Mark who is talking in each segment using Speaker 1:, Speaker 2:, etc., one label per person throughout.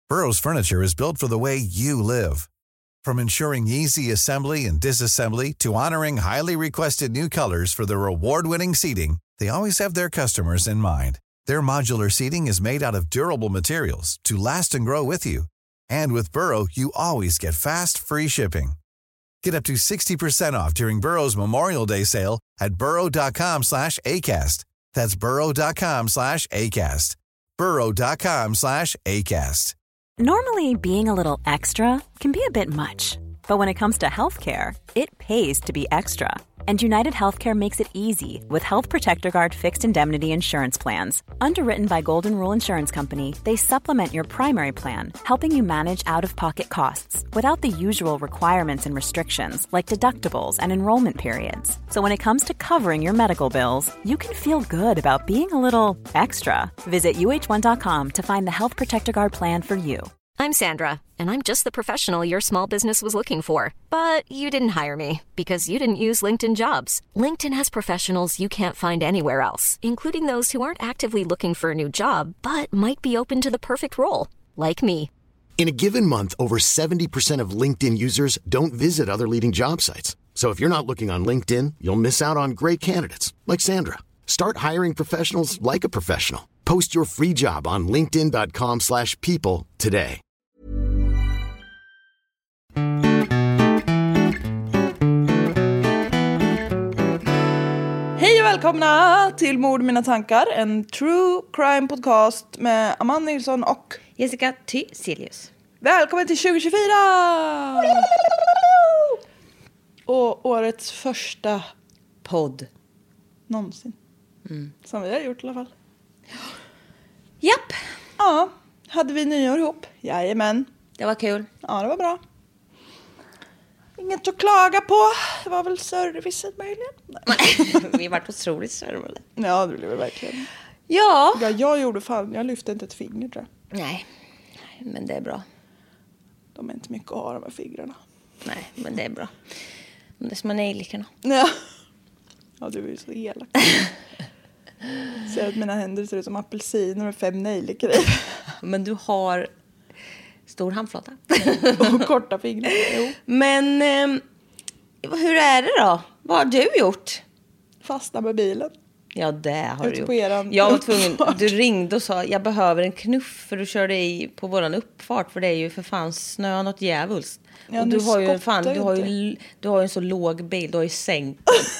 Speaker 1: Burrow's furniture is built for the way you live. From ensuring easy assembly and disassembly to honoring highly requested new colors for their award-winning seating, they always have their customers in mind. Their modular seating is made out of durable materials to last and grow with you. And with Burrow, you always get fast, free shipping. Get up to 60% off during Burrow's Memorial Day sale at burrow.com/ACAST. That's burrow.com/ACAST. burrow.com/ACAST.
Speaker 2: Normally, being a little extra can be a bit much. But when it comes to healthcare, it pays to be extra. And United Healthcare makes it easy with Health Protector Guard fixed indemnity insurance plans. Underwritten by Golden Rule Insurance Company, they supplement your primary plan, helping you manage out-of-pocket costs without the usual requirements and restrictions like deductibles and enrollment periods. So when it comes to covering your medical bills, you can feel good about being a little extra. Visit uh1.com to find the Health Protector Guard plan for you.
Speaker 3: I'm Sandra, and I'm just the professional your small business was looking for. But you didn't hire me because you didn't use LinkedIn Jobs. LinkedIn has professionals you can't find anywhere else, including those who aren't actively looking for a new job, but might be open to the perfect role, like me.
Speaker 4: In a given month, over 70% of LinkedIn users don't visit other leading job sites. So if you're not looking on LinkedIn, you'll miss out on great candidates, like Sandra. Start hiring professionals like a professional. Post your free job on linkedin.com/people today.
Speaker 5: Hej och välkomna till Mord mina tankar, en true crime podcast med Amanda Nilsson och
Speaker 6: Jessica Thyselius.
Speaker 5: Välkommen till 2024! Och årets första
Speaker 6: Podd.
Speaker 5: någonsin. Som vi har gjort i alla fall.
Speaker 6: Japp.
Speaker 5: Ja, hade vi nyår ihop? Jajamän.
Speaker 6: Det var kul.
Speaker 5: Ja, det var bra. Inget att klaga på. Det var väl servicen möjligen.
Speaker 6: Vi har varit otroligt servade.
Speaker 5: Ja, det blev det verkligen.
Speaker 6: Ja.
Speaker 5: Ja, jag gjorde fan. Jag lyfte inte ett finger, tror jag.
Speaker 6: Nej, men det är bra.
Speaker 5: De är inte mycket att ha, de här fingrarna.
Speaker 6: Nej, men det är bra. Det är som nejlikarna.
Speaker 5: Ja. Ja, du är ju så elak. Ser att mina händer ser ut som apelsiner med 5 nejlikor i.
Speaker 6: Men du har stor handflata.
Speaker 5: Och korta fingrar. Jo.
Speaker 6: Men hur är det då? Vad har du gjort?
Speaker 5: Fastna med bilen.
Speaker 6: Ja, det har du
Speaker 5: Ute
Speaker 6: gjort.
Speaker 5: på eran
Speaker 6: Jag var tvungen.
Speaker 5: uppfart.
Speaker 6: Du ringde och sa jag behöver en knuff för du körde i på våran uppfart, för det är ju för fan snö något djävulskt.
Speaker 5: Ja,
Speaker 6: och
Speaker 5: nu
Speaker 6: du har ju
Speaker 5: skottar
Speaker 6: du har ju en så låg bil, du har ju sänkt.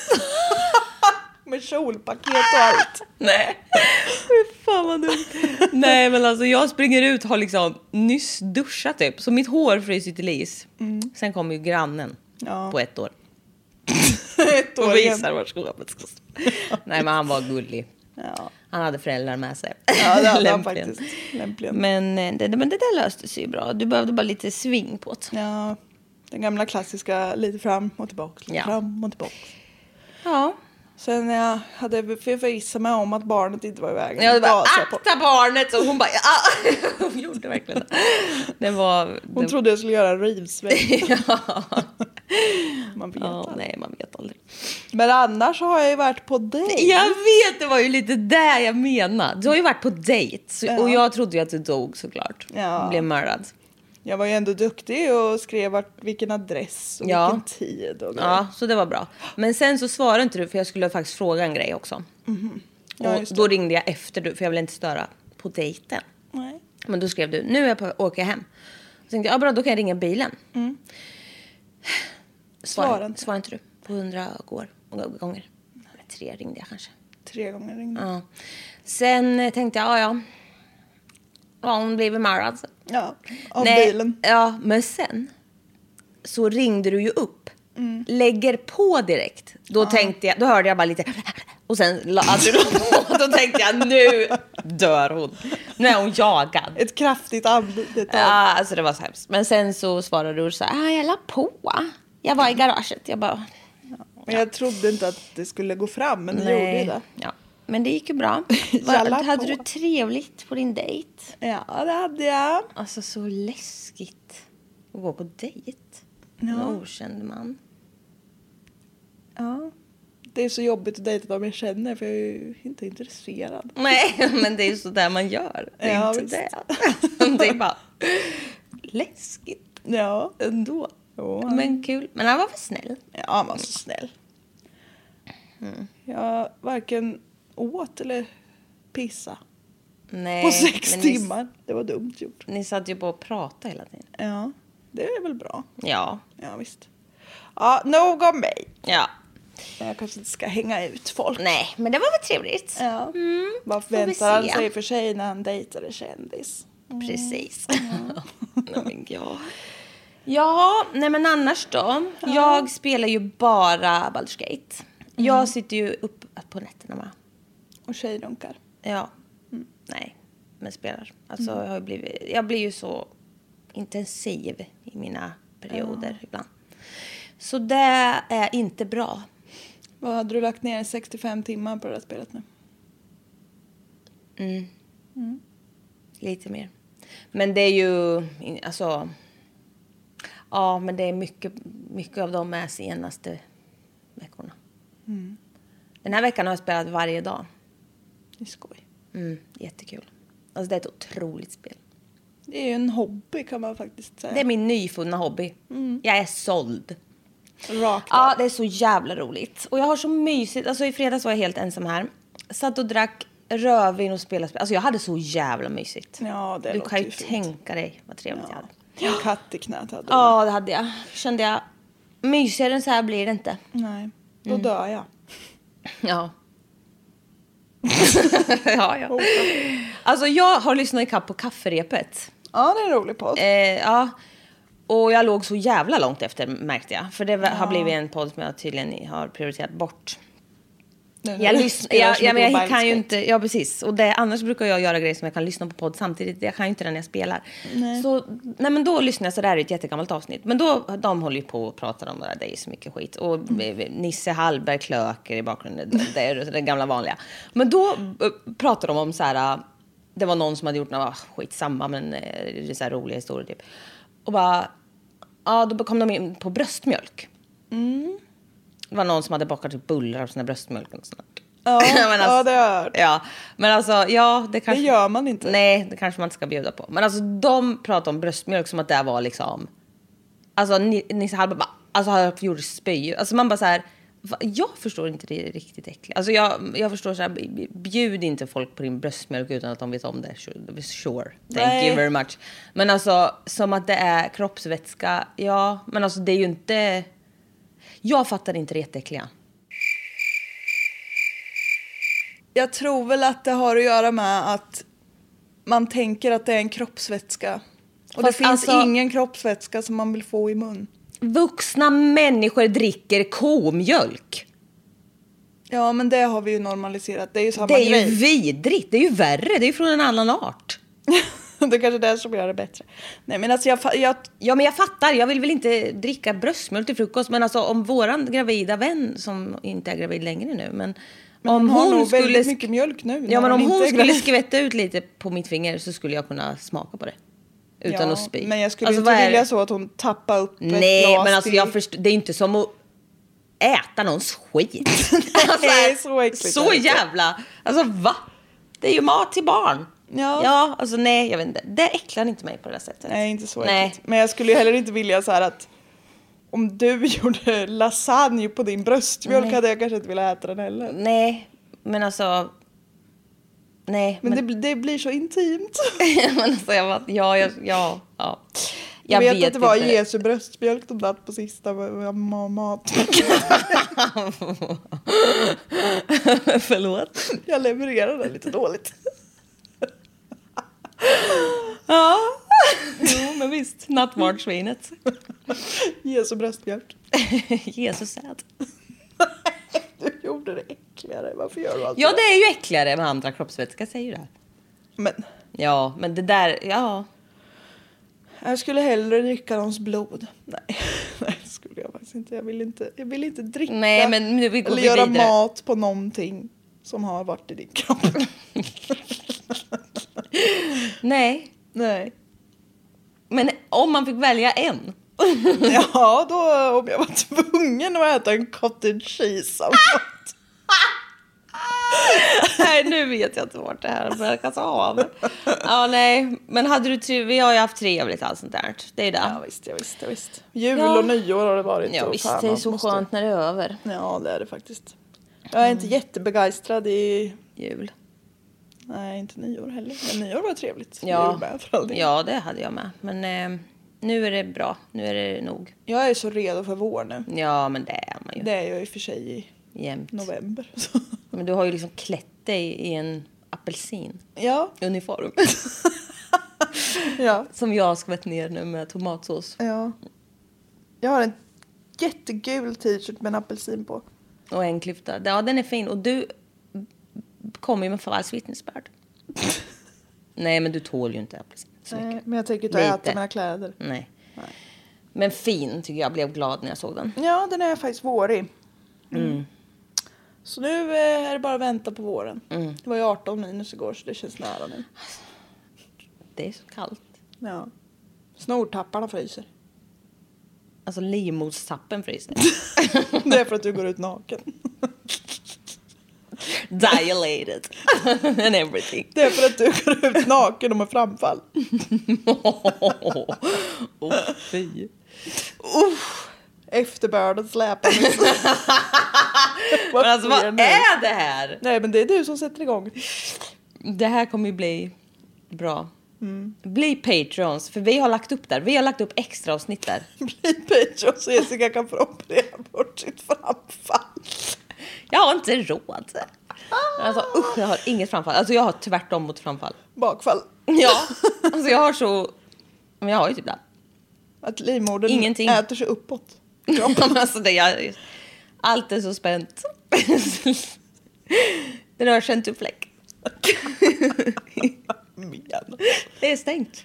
Speaker 5: Med kjolpaket och allt.
Speaker 6: Nej. Hur fan vad dumt. Nej, men alltså jag springer ut, har liksom nyss duschat typ. Så mitt hår fryser till is. Sen kommer ju grannen på 1 år.
Speaker 5: Ett år
Speaker 6: Och
Speaker 5: igen.
Speaker 6: visar vart skåpet ska stå. Nej, men han var gullig.
Speaker 5: Ja.
Speaker 6: Han hade föräldrar med sig.
Speaker 5: Ja, det hade han
Speaker 6: Lämpligen.
Speaker 5: faktiskt. Lämpligen.
Speaker 6: Men det där löste sig ju bra. Du behövde bara lite sving på det.
Speaker 5: Ja, den gamla klassiska lite fram och tillbaka. Lite
Speaker 6: Ja.
Speaker 5: fram och tillbaka.
Speaker 6: Ja.
Speaker 5: Sen när jag hade förvissat mig om att barnet inte var i vägen.
Speaker 6: Jag bara,
Speaker 5: gasade jag på.
Speaker 6: akta barnet! Och hon bara, ja. Hon gjorde verkligen det.
Speaker 5: Hon trodde jag skulle göra en rivsväng.
Speaker 6: Ja.
Speaker 5: Man vet
Speaker 6: Ja,
Speaker 5: aldrig.
Speaker 6: nej, man vet aldrig.
Speaker 5: Men annars har jag ju varit på dejt.
Speaker 6: Jag vet, det var ju lite där jag menade. Du har ju varit på dejt.
Speaker 5: Ja.
Speaker 6: Och jag trodde ju att du dog såklart.
Speaker 5: Ja.
Speaker 6: Blev mördad.
Speaker 5: Jag var ju ändå duktig och skrev vilken adress och vilken tid. Och
Speaker 6: ja, så det var bra. Men sen så svarade inte du, för jag skulle faktiskt fråga en grej också.
Speaker 5: Ja,
Speaker 6: Och
Speaker 5: just det.
Speaker 6: då ringde jag efter du, för jag ville inte störa på dejten.
Speaker 5: Nej.
Speaker 6: Men då skrev du, nu är jag på åka hem. Så tänkte jag, ja bra, då kan jag ringa bilen.
Speaker 5: Svarade
Speaker 6: inte du på 100 gånger. 3 ringde jag kanske.
Speaker 5: 3 gånger ringde.
Speaker 6: Ja. Sen tänkte jag, ja, hon blev mördad.
Speaker 5: Ja, av bilen.
Speaker 6: Ja, men sen så ringde du ju upp. Lägger på direkt. Då tänkte jag, då hörde jag bara lite. Och sen hade du på. Då tänkte jag, nu dör hon. Nu är hon jagad.
Speaker 5: Ett kraftigt andetag.
Speaker 6: Ja, alltså det var så hemskt. Men sen så svarade du så här, jag la på. Jag var i garaget. Jag bara,
Speaker 5: Men jag trodde inte att det skulle gå fram, men det gjorde ju det.
Speaker 6: Ja. Men det gick ju bra.
Speaker 5: Jag la
Speaker 6: Hade
Speaker 5: på.
Speaker 6: du trevligt på din dejt?
Speaker 5: Ja, det hade jag.
Speaker 6: Alltså så läskigt att gå på dejt med en okänd man.
Speaker 5: Ja, Det är så jobbigt att dejta dem jag känner för jag är ju inte intresserad.
Speaker 6: Nej, men det är ju så där man gör. Det är inte det. Det är bara läskigt.
Speaker 5: Ja.
Speaker 6: Ändå.
Speaker 5: Jo,
Speaker 6: Men kul. Men han var för snäll.
Speaker 5: Ja, han var så snäll. Jag varken åt eller pissa
Speaker 6: Nej,
Speaker 5: på 6
Speaker 6: men
Speaker 5: timmar. Det var dumt gjort.
Speaker 6: Ni satt ju på att prata hela tiden.
Speaker 5: Ja, det är väl bra.
Speaker 6: Ja.
Speaker 5: Ja, visst. Ja, nog om mig.
Speaker 6: Ja.
Speaker 5: Men jag kanske inte ska hänga ut folk.
Speaker 6: Nej, men det var väl trevligt.
Speaker 5: Ja. Vad
Speaker 6: får vi
Speaker 5: förväntar han
Speaker 6: se.
Speaker 5: sig för sig när han dejtade kändis?
Speaker 6: Precis. Nej, men ja. Ja, nej men annars då. Jag spelar ju bara Baldur's Gate. Jag sitter ju upp på nätterna med.
Speaker 5: Och tjejrunkar.
Speaker 6: Ja. Nej, men spelar. Alltså jag blir ju så intensiv i mina perioder ibland. Så det är inte bra.
Speaker 5: Vad hade du lagt ner 65 timmar på det där spelet nu?
Speaker 6: Lite mer. Men det är ju alltså ja, men det är mycket av de är senaste veckorna. Den här veckan har jag spelat varje dag.
Speaker 5: Det är skoj.
Speaker 6: Jättekul. Alltså det är ett otroligt spel.
Speaker 5: Det är ju en hobby kan man faktiskt säga.
Speaker 6: Det är min nyfunna hobby. Jag är såld.
Speaker 5: Rakt
Speaker 6: Ja, det är så jävla roligt. Och jag har så mysigt. Alltså i fredags var jag helt ensam här. Satt och drack rödvin och spelade spel. Alltså jag hade så jävla mysigt.
Speaker 5: Ja, det
Speaker 6: du
Speaker 5: låter
Speaker 6: kan ju
Speaker 5: ju fint.
Speaker 6: tänka dig vad trevligt jag hade.
Speaker 5: En katt i knät hade du.
Speaker 6: Ja, det hade jag. Kände jag. Mysigare än så här blir det inte.
Speaker 5: Nej, då dör jag.
Speaker 6: Ja. ja. Alltså jag har lyssnat ikapp på Kafferepet.
Speaker 5: Ja, det är en rolig podd.
Speaker 6: Ja. Och jag låg så jävla långt efter, märkte jag. För det har blivit en podd som jag tydligen har prioriterat bort. Jag kan ju inte. Ja, precis. Och annars brukar jag göra grejer som jag kan lyssna på podd samtidigt. Jag kan ju inte det när jag spelar.
Speaker 5: Nej.
Speaker 6: Så, men då lyssnar jag. Så det här är ett jättegammalt avsnitt. Men de håller ju på och pratar om det. Det är så mycket skit. Och Nisse Hallberg klöker i bakgrunden. Det är det gamla vanliga. Men då pratar de om så här. Det var någon som hade gjort något skitsamma. Men det är så här roliga historier typ. Och bara. Ja, då kom de in på bröstmjölk. Det var någon som hade bakat typ bullar av sina bröstmjölk och sånt.
Speaker 5: Ja,
Speaker 6: men alltså,
Speaker 5: ja, det har jag hört.
Speaker 6: Ja, men alltså, ja, det kanske...
Speaker 5: Det gör man inte.
Speaker 6: Nej, det kanske man inte ska bjuda på. Men alltså, de pratar om bröstmjölk som att det var liksom... Alltså, Nisse Hallberg bara... Alltså, har jag gjort spy. Alltså, man bara så här... Jag förstår inte det riktigt äckligt. Alltså, jag förstår så här... Bjud inte folk på din bröstmjölk utan att de vet om det. Sure. Thank you very much. Men alltså, som att det är kroppsvätska. Ja, men alltså, det är ju inte... Jag fattar inte det jätteäckliga.
Speaker 5: Jag tror väl att det har att göra med att man tänker att det är en kroppsvätska. Och
Speaker 6: fast
Speaker 5: det finns
Speaker 6: alltså,
Speaker 5: ingen kroppsvätska som man vill få i mun.
Speaker 6: Vuxna människor dricker komjölk.
Speaker 5: Ja, men det har vi ju normaliserat. Det är ju samma
Speaker 6: Det är
Speaker 5: grej.
Speaker 6: ju vidrigt. Det är ju värre. Det är ju från en annan art.
Speaker 5: Det är kanske det som gör det bättre. Nej, men alltså
Speaker 6: Ja, men jag fattar. Jag vill väl inte dricka bröstmjölk till frukost. Men alltså om våran gravida vän, som inte är gravid längre nu. Men om
Speaker 5: har
Speaker 6: hon
Speaker 5: nog
Speaker 6: skulle...
Speaker 5: väldigt mycket mjölk nu.
Speaker 6: Ja, men om hon skulle
Speaker 5: gravid.
Speaker 6: skvätta ut lite på mitt finger så skulle jag kunna smaka på det. Utan att spy.
Speaker 5: Men jag skulle
Speaker 6: alltså,
Speaker 5: inte vilja så att hon tappar upp ett
Speaker 6: Nej,
Speaker 5: glas
Speaker 6: men alltså
Speaker 5: till...
Speaker 6: jag förstår, det är inte som att äta någons skit. Alltså,
Speaker 5: det är så äckligt.
Speaker 6: Så jävla... Alltså va? Det är ju mat till barn. Ja, alltså nej, jag vet inte. Det äcklar inte mig på det sättet.
Speaker 5: Nej, inte så
Speaker 6: nej.
Speaker 5: äckligt. Men jag skulle ju heller inte vilja så här att om du gjorde lasagne på din bröstmjölk hade jag kanske inte velat äta den heller.
Speaker 6: Nej, men alltså... Nej.
Speaker 5: Men det blir så intimt.
Speaker 6: Men alltså, ja.
Speaker 5: Jag vet att det var Jesu bröstmjölk de datt på sista mat.
Speaker 6: Förlåt.
Speaker 5: Jag levererade lite dåligt.
Speaker 6: Ja. Jo, men visst. Nattvardsvinet.
Speaker 5: Jesu bröstmjölk.
Speaker 6: Jesus säd.
Speaker 5: Du gjorde det äckligare. Varför gör du allt
Speaker 6: Ja, det är ju äckligare med andra kroppsvätska, säger ju det.
Speaker 5: Men...
Speaker 6: Ja, men det där, ja.
Speaker 5: Jag skulle hellre dricka någons blod. Nej, skulle jag faktiskt inte. Jag vill inte dricka.
Speaker 6: Nej, men nu vi går
Speaker 5: eller göra
Speaker 6: vidare.
Speaker 5: mat på någonting som har varit i din kropp.
Speaker 6: Nej. Men om man fick välja en.
Speaker 5: Ja, då om jag var tvungen att äta en cottage cheese av något.
Speaker 6: Nej, nu vet jag inte vart det här börjar av. Ja, nej. Men hade du vi har ju haft trevligt allt sånt där. Det är det.
Speaker 5: Ja, visst. Jul och nyår har det varit.
Speaker 6: Ja, visst. Det är så skönt när det är över.
Speaker 5: Ja, det är det faktiskt. Jag är inte jättebegeistrad i...
Speaker 6: Jul.
Speaker 5: Nej, inte nyår heller. Men nyår var trevligt.
Speaker 6: Ja,
Speaker 5: Jul med, för all del.
Speaker 6: ja, det hade jag med. Men nu är det bra. Nu är det nog.
Speaker 5: Jag är så redo för vår nu.
Speaker 6: Ja, men det är man ju.
Speaker 5: Det är jag i och för sig i
Speaker 6: jämt.
Speaker 5: November.
Speaker 6: Men du har ju liksom klätt dig i en apelsin.
Speaker 5: Ja.
Speaker 6: Uniform.
Speaker 5: Ja.
Speaker 6: Som jag har skvätt ner nu med tomatsås.
Speaker 5: Ja. Jag har en jättegul t-shirt med en apelsin på.
Speaker 6: Och en klyfta. Ja, den är fin. Och du kommer ju med falskt vittnesbörd. Nej, men du tål ju inte apelsin så mycket.
Speaker 5: Nej, men jag tänker inte äta mina kläder.
Speaker 6: Nej. Men fin tycker jag. Blev glad när jag såg den.
Speaker 5: Ja, den är faktiskt vårig. Så nu är det bara att vänta på våren. Det var ju 18 minus igår så det känns nära nu.
Speaker 6: Det är så kallt.
Speaker 5: Ja. Snortapparna fryser.
Speaker 6: Alltså livmodstappen fryser.
Speaker 5: Det är för att du går ut naken.
Speaker 6: Dilated. And everything.
Speaker 5: Det är för att du går ut naken och med framfall.
Speaker 6: Fy.
Speaker 5: Efterbörden släpar.
Speaker 6: Men alltså, vad är det här?
Speaker 5: Nej, men det är du som sätter igång.
Speaker 6: Det här kommer ju bli bra. Bli Patrons, för vi har lagt upp där. Vi har lagt upp extra avsnitt där.
Speaker 5: Bli Patreon så Jessica kan få operera bort sitt framfall.
Speaker 6: Jag har inte råd. Alltså usch, jag har inget framfall. Alltså jag har tvärtom mot framfall.
Speaker 5: Bakfall.
Speaker 6: Ja, alltså jag har så... Men jag har ju typ det.
Speaker 5: Att livmodern
Speaker 6: Ingenting.
Speaker 5: äter sig uppåt.
Speaker 6: Ja, men alltså det allt är så spänt. Det rör sig inte upp fläck. Det är stängt.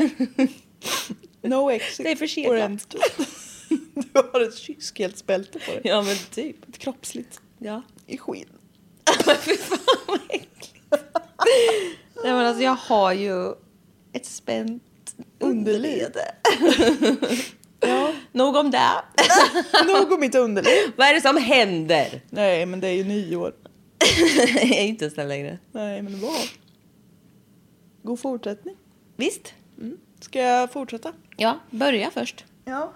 Speaker 5: No exit.
Speaker 6: Det är försenat.
Speaker 5: Du har ett kyskhetsbälte på dig.
Speaker 6: Ja, men typ.
Speaker 5: Ett kroppsligt.
Speaker 6: Ja.
Speaker 5: I skinn.
Speaker 6: Fy fan vad äckligt. Nej, men alltså jag har ju ett spänt underliv.
Speaker 5: Ja.
Speaker 6: Nog om det.
Speaker 5: Nog om mitt underliv.
Speaker 6: Vad är det som händer?
Speaker 5: Nej, men det är ju nyår.
Speaker 6: Jag är inte snäll längre.
Speaker 5: Nej, men det var. God fortsättning.
Speaker 6: Visst?
Speaker 5: Ska jag fortsätta?
Speaker 6: Ja, börja först.
Speaker 5: Ja.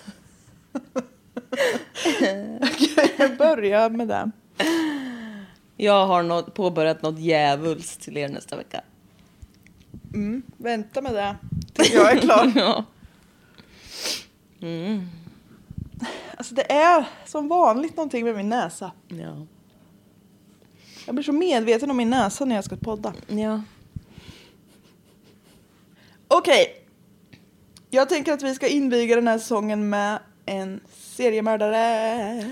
Speaker 5: Jag börjar med det.
Speaker 6: Jag har påbörjat något djävulskt till er nästa vecka.
Speaker 5: Vänta med det tills jag är klar.
Speaker 6: Ja.
Speaker 5: Alltså det är som vanligt någonting med min näsa.
Speaker 6: Ja.
Speaker 5: Jag blir så medveten om min näsa när jag ska podda.
Speaker 6: Ja.
Speaker 5: Okej. Jag tänker att vi ska inviga den här säsongen med en seriemördare.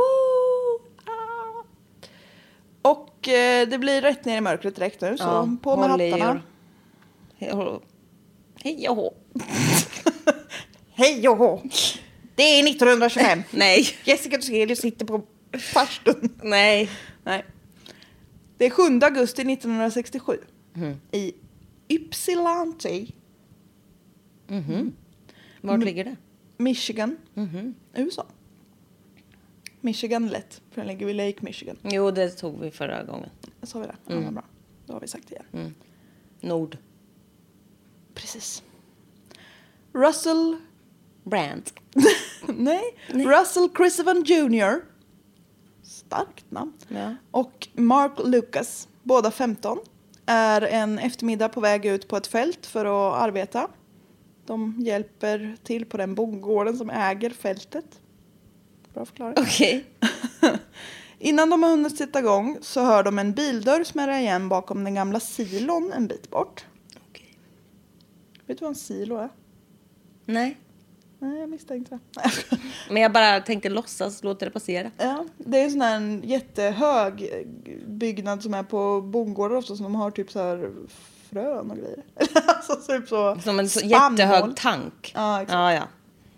Speaker 5: Och det blir rätt ner i mörkret direkt nu. Så på med hattarna.
Speaker 6: Hej och hå.
Speaker 5: Hej och hå. Det är 1925.
Speaker 6: Nej.
Speaker 5: Jessica Thyselius sitter på farstun.
Speaker 6: Nej.
Speaker 5: Det är 7 augusti 1967. I Ypsilanti.
Speaker 6: Vart ligger det?
Speaker 5: Michigan. USA. Michigan lätt. För den ligger vid Lake Michigan.
Speaker 6: Jo, det tog vi förra gången.
Speaker 5: Sa vi det? Ja, bra. Då har vi sagt det igen.
Speaker 6: Nord.
Speaker 5: Precis. Russell...
Speaker 6: Brand.
Speaker 5: Nej. Russell Christian Jr. Starkt namn.
Speaker 6: Ja.
Speaker 5: Och Mark Lucas. Båda 15. Är en eftermiddag på väg ut på ett fält för att arbeta. De hjälper till på den bondgården som äger fältet. Bra förklaring.
Speaker 6: Okej.
Speaker 5: Innan de har hunnit sätta igång så hör de en bildörr smälla igen bakom den gamla silon en bit bort.
Speaker 6: Okay.
Speaker 5: Vet du vad en silo är?
Speaker 6: Nej.
Speaker 5: Nej, jag misstänkte det.
Speaker 6: Men jag bara tänkte låtsas låta det passera.
Speaker 5: Ja, det är en sån här en jättehög byggnad som är på bondgårdar ofta som de har typ så här frön och grejer. Alltså typ så
Speaker 6: som en så
Speaker 5: spannmål.
Speaker 6: jättehög tank.
Speaker 5: Ja, exakt.
Speaker 6: Ja.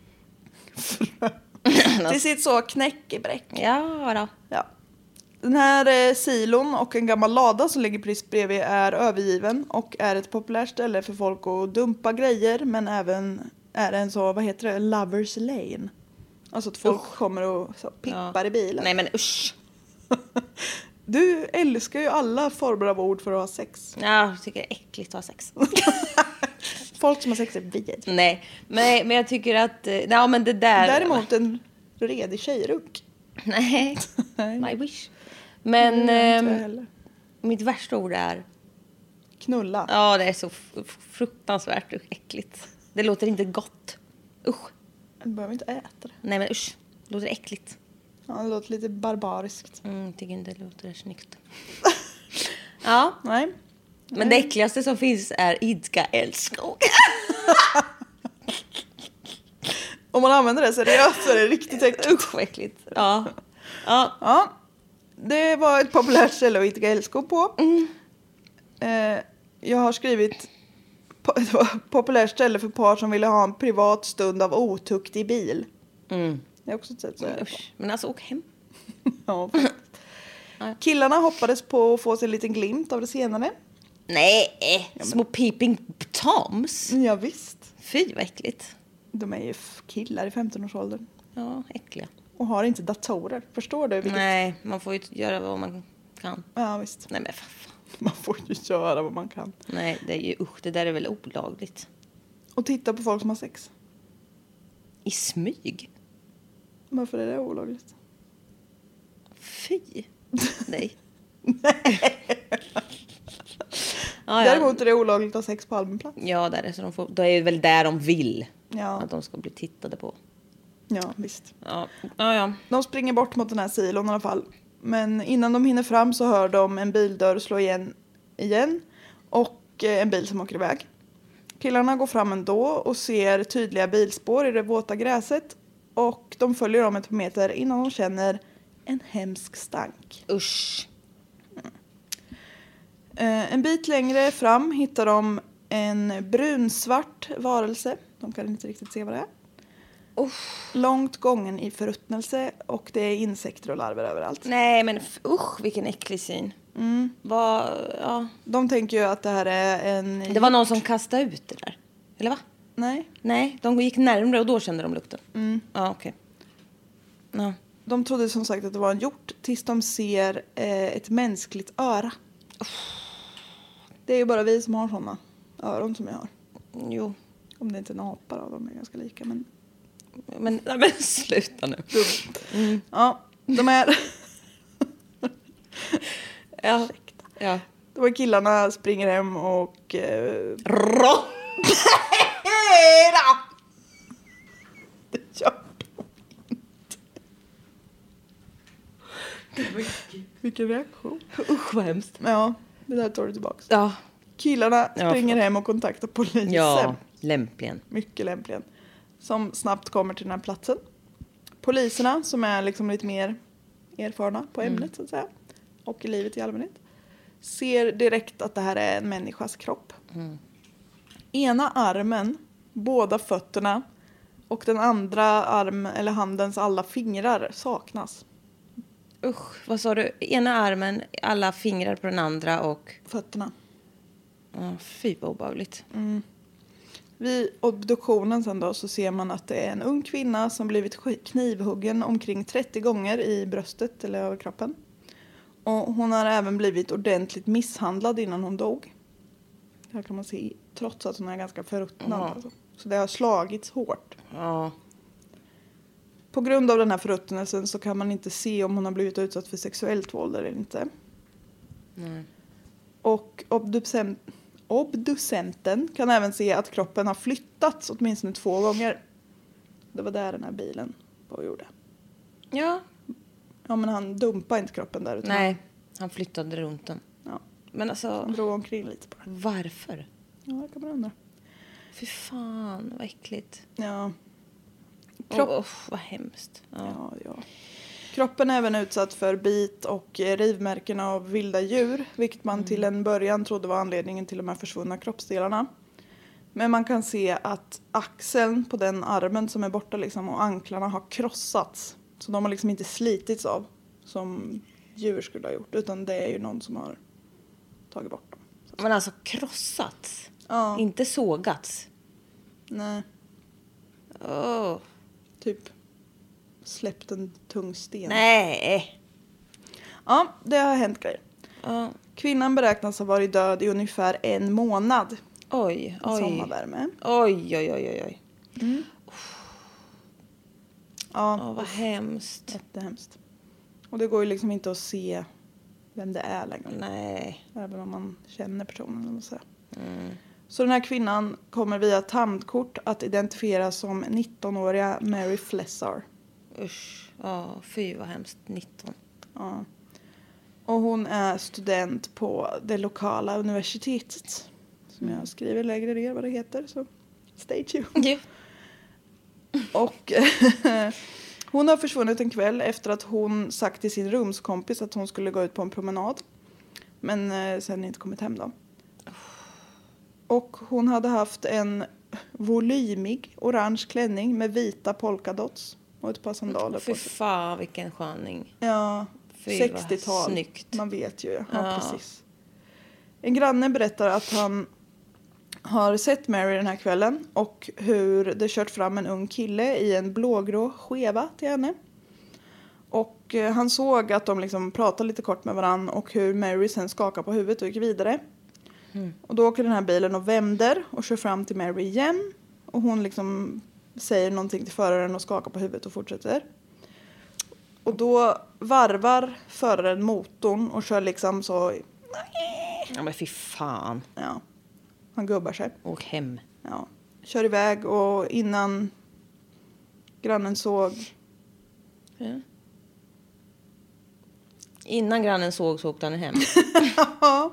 Speaker 5: Det sitter så knäckebräck.
Speaker 6: Ja då.
Speaker 5: Ja. Den här silon och en gammal lada som ligger precis bredvid är övergiven och är ett populärt ställe för folk att dumpa grejer, men även är en så, vad heter det, lovers lane. Alltså att folk kommer och så pippar i bilen.
Speaker 6: Nej men usch.
Speaker 5: Du älskar ju alla former av ord för att ha sex.
Speaker 6: Ja, jag tycker det är äckligt att ha sex.
Speaker 5: Folk som har sex är vid.
Speaker 6: Nej, men jag tycker att... Ja, men det där...
Speaker 5: Däremot en redig tjejruck.
Speaker 6: Nej, my wish. Men mitt värsta ord är...
Speaker 5: Knulla.
Speaker 6: Ja, det är så fruktansvärt äckligt. Det låter inte gott. Usch.
Speaker 5: Du behöver inte äta det.
Speaker 6: Nej, men usch. Det låter äckligt.
Speaker 5: Ja, det låter lite barbariskt.
Speaker 6: Tycker inte det låter snyggt. Ja.
Speaker 5: Nej.
Speaker 6: Men det äckligaste som finns är idka älskog.
Speaker 5: Om man använder det seriöst så är det riktigt äckligt.
Speaker 6: Usch, vad äckligt. Ja.
Speaker 5: Ja. Det var ett populärt ställe att idka älskog på. Jag har skrivit det var ett populärt ställe för par som ville ha en privat stund av otukt i bil. Det är också ett sätt så här.
Speaker 6: Men alltså, åk hem.
Speaker 5: Ja, killarna hoppades på att få sig en liten glimt av det senare.
Speaker 6: Nej, små peeping toms.
Speaker 5: Ja, visst.
Speaker 6: Fy, vad äckligt.
Speaker 5: De är ju killar i 15-årsåldern.
Speaker 6: Ja, äckliga.
Speaker 5: Och har inte datorer. Förstår du? Vilket...
Speaker 6: Nej, man får ju göra vad man kan.
Speaker 5: Ja, visst.
Speaker 6: Nej, men fan.
Speaker 5: Man får ju göra vad man kan.
Speaker 6: Nej, det är ju det där är väl olagligt.
Speaker 5: Och titta på folk som har sex.
Speaker 6: I smyg?
Speaker 5: Varför är det olagligt?
Speaker 6: Fy. Nej.
Speaker 5: Däremot är det olagligt att ha sex på allmän plats.
Speaker 6: Ja, där är så då är det väl där de vill.
Speaker 5: Ja.
Speaker 6: Att de ska bli tittade på.
Speaker 5: Ja, visst.
Speaker 6: Ja.
Speaker 5: De springer bort mot den här silon i alla fall. Men innan de hinner fram så hör de en bildörr slå igen. Och en bil som åker iväg. Killarna går fram ändå och ser tydliga bilspår i det våta gräset. Och de följer dem ett par meter innan de känner en hemsk stank.
Speaker 6: Usch.
Speaker 5: En bit längre fram hittar de en brunsvart varelse. De kan inte riktigt se vad det är. Långt gången i förruttnelse och det är insekter och larver överallt.
Speaker 6: Nej, men usch, vilken äcklig syn. Ja.
Speaker 5: De tänker ju att det här är en...
Speaker 6: Det var någon som kastade ut det där. Eller va? Nej, de gick närmare och då kände de lukten. Ja, okej. Ja.
Speaker 5: De trodde som sagt att det var en hjort tills de ser ett mänskligt öra. Det är ju bara vi som har såna öron som jag har.
Speaker 6: Jo.
Speaker 5: Om det inte är en apa då, de är ganska lika.
Speaker 6: Men sluta nu.
Speaker 5: Ja, de är...
Speaker 6: Ja.
Speaker 5: De här killarna springer hem och... Det gör de inte. Vilken reaktion.
Speaker 6: Usch, vad hemskt.
Speaker 5: Ja, det där tar du tillbaka.
Speaker 6: Ja.
Speaker 5: Killarna springer hem och kontaktar polisen.
Speaker 6: Ja, lämpligen.
Speaker 5: Mycket lämpligen. Som snabbt kommer till den här platsen. Poliserna, som är liksom lite mer erfarna på ämnet så att säga. Och i livet i allmänhet. Ser direkt att det här är en människas kropp. Ena armen, båda fötterna och den andra eller handens alla fingrar saknas.
Speaker 6: Usch, vad sa du? Ena armen, alla fingrar på den andra och...
Speaker 5: Fötterna.
Speaker 6: Fy, vad obehagligt.
Speaker 5: Vid obduktionen sen då så ser man att det är en ung kvinna som blivit knivhuggen omkring 30 gånger i bröstet eller över kroppen. Och hon har även blivit ordentligt misshandlad innan hon dog. Det här kan man se trots att hon är ganska förruttnad. Alltså. Så det har slagits hårt.
Speaker 6: Ja.
Speaker 5: På grund av den här förruttnelsen så kan man inte se om hon har blivit utsatt för sexuellt våld eller inte.
Speaker 6: Nej.
Speaker 5: Och obducenten kan även se att kroppen har flyttats åtminstone 2 gånger. Det var där den här bilen gjorde.
Speaker 6: Ja.
Speaker 5: Ja, men han dumpade inte kroppen där. Utan
Speaker 6: Nej, han flyttade runt den.
Speaker 5: Ja.
Speaker 6: Men alltså...
Speaker 5: Han drog omkring lite på den.
Speaker 6: Varför?
Speaker 5: Ja, det kan man undra.
Speaker 6: Fy fan, vad äckligt.
Speaker 5: Ja.
Speaker 6: Vad hemskt.
Speaker 5: Ja. Kroppen är även utsatt för bit- och rivmärken av vilda djur. Vilket man till en början trodde var anledningen till de här försvunna kroppsdelarna. Men man kan se att axeln på den armen som är borta liksom, och anklarna har krossats. Så de har liksom inte slitits av som djur skulle ha gjort. Utan det är ju någon som har tagit bort dem.
Speaker 6: Men alltså krossats?
Speaker 5: Ja.
Speaker 6: Inte sågats?
Speaker 5: Nej. Typ släppt en tung sten.
Speaker 6: Nej.
Speaker 5: Ja, det har hänt grejer.
Speaker 6: Ja.
Speaker 5: Kvinnan beräknas ha varit död i ungefär 1 månad.
Speaker 6: Oj.
Speaker 5: Sommarvärme.
Speaker 6: Oj.
Speaker 5: Ja,
Speaker 6: Vad hemskt.
Speaker 5: jättehemskt. Och det går ju liksom inte att se vem det är längre.
Speaker 6: Nej.
Speaker 5: Även om man känner personen. Eller så. Så den här kvinnan kommer via tandkort att identifieras som 19-åriga Mary Flessar.
Speaker 6: Usch. Ja, fy vad hemskt. 19.
Speaker 5: Ja. Och hon är student på det lokala universitetet. Som jag skriver lägre ner vad det heter. Så stay tuned.
Speaker 6: Ja.
Speaker 5: Och hon har försvunnit en kväll efter att hon sagt till sin rumskompis att hon skulle gå ut på en promenad. Men sen inte kommit hem då. Och hon hade haft en volymig orange klänning med vita polkadots och ett par sandaler
Speaker 6: Fy
Speaker 5: på sig.
Speaker 6: fan vilken sköning.
Speaker 5: Ja,
Speaker 6: Fy, vad
Speaker 5: 60-tal.
Speaker 6: snyggt.
Speaker 5: Man vet ju. Ja,
Speaker 6: Ja.
Speaker 5: precis. En granne berättar att han har sett Mary den här kvällen och hur det kört fram en ung kille i en blågrå skeva till henne. Och han såg att de liksom pratade lite kort med varann och hur Mary sen skakade på huvudet och gick vidare. Och då åker den här bilen och vänder och kör fram till Mary igen. Och hon liksom säger någonting till föraren och skakar på huvudet och fortsätter. Och då varvar föraren motorn och kör liksom så...
Speaker 6: Ja men fy fan.
Speaker 5: Ja, han gubbar sig.
Speaker 6: Åk hem.
Speaker 5: Ja, kör iväg och innan grannen såg...
Speaker 6: Ja. Innan grannen såg så åkte han hem.
Speaker 5: Ja.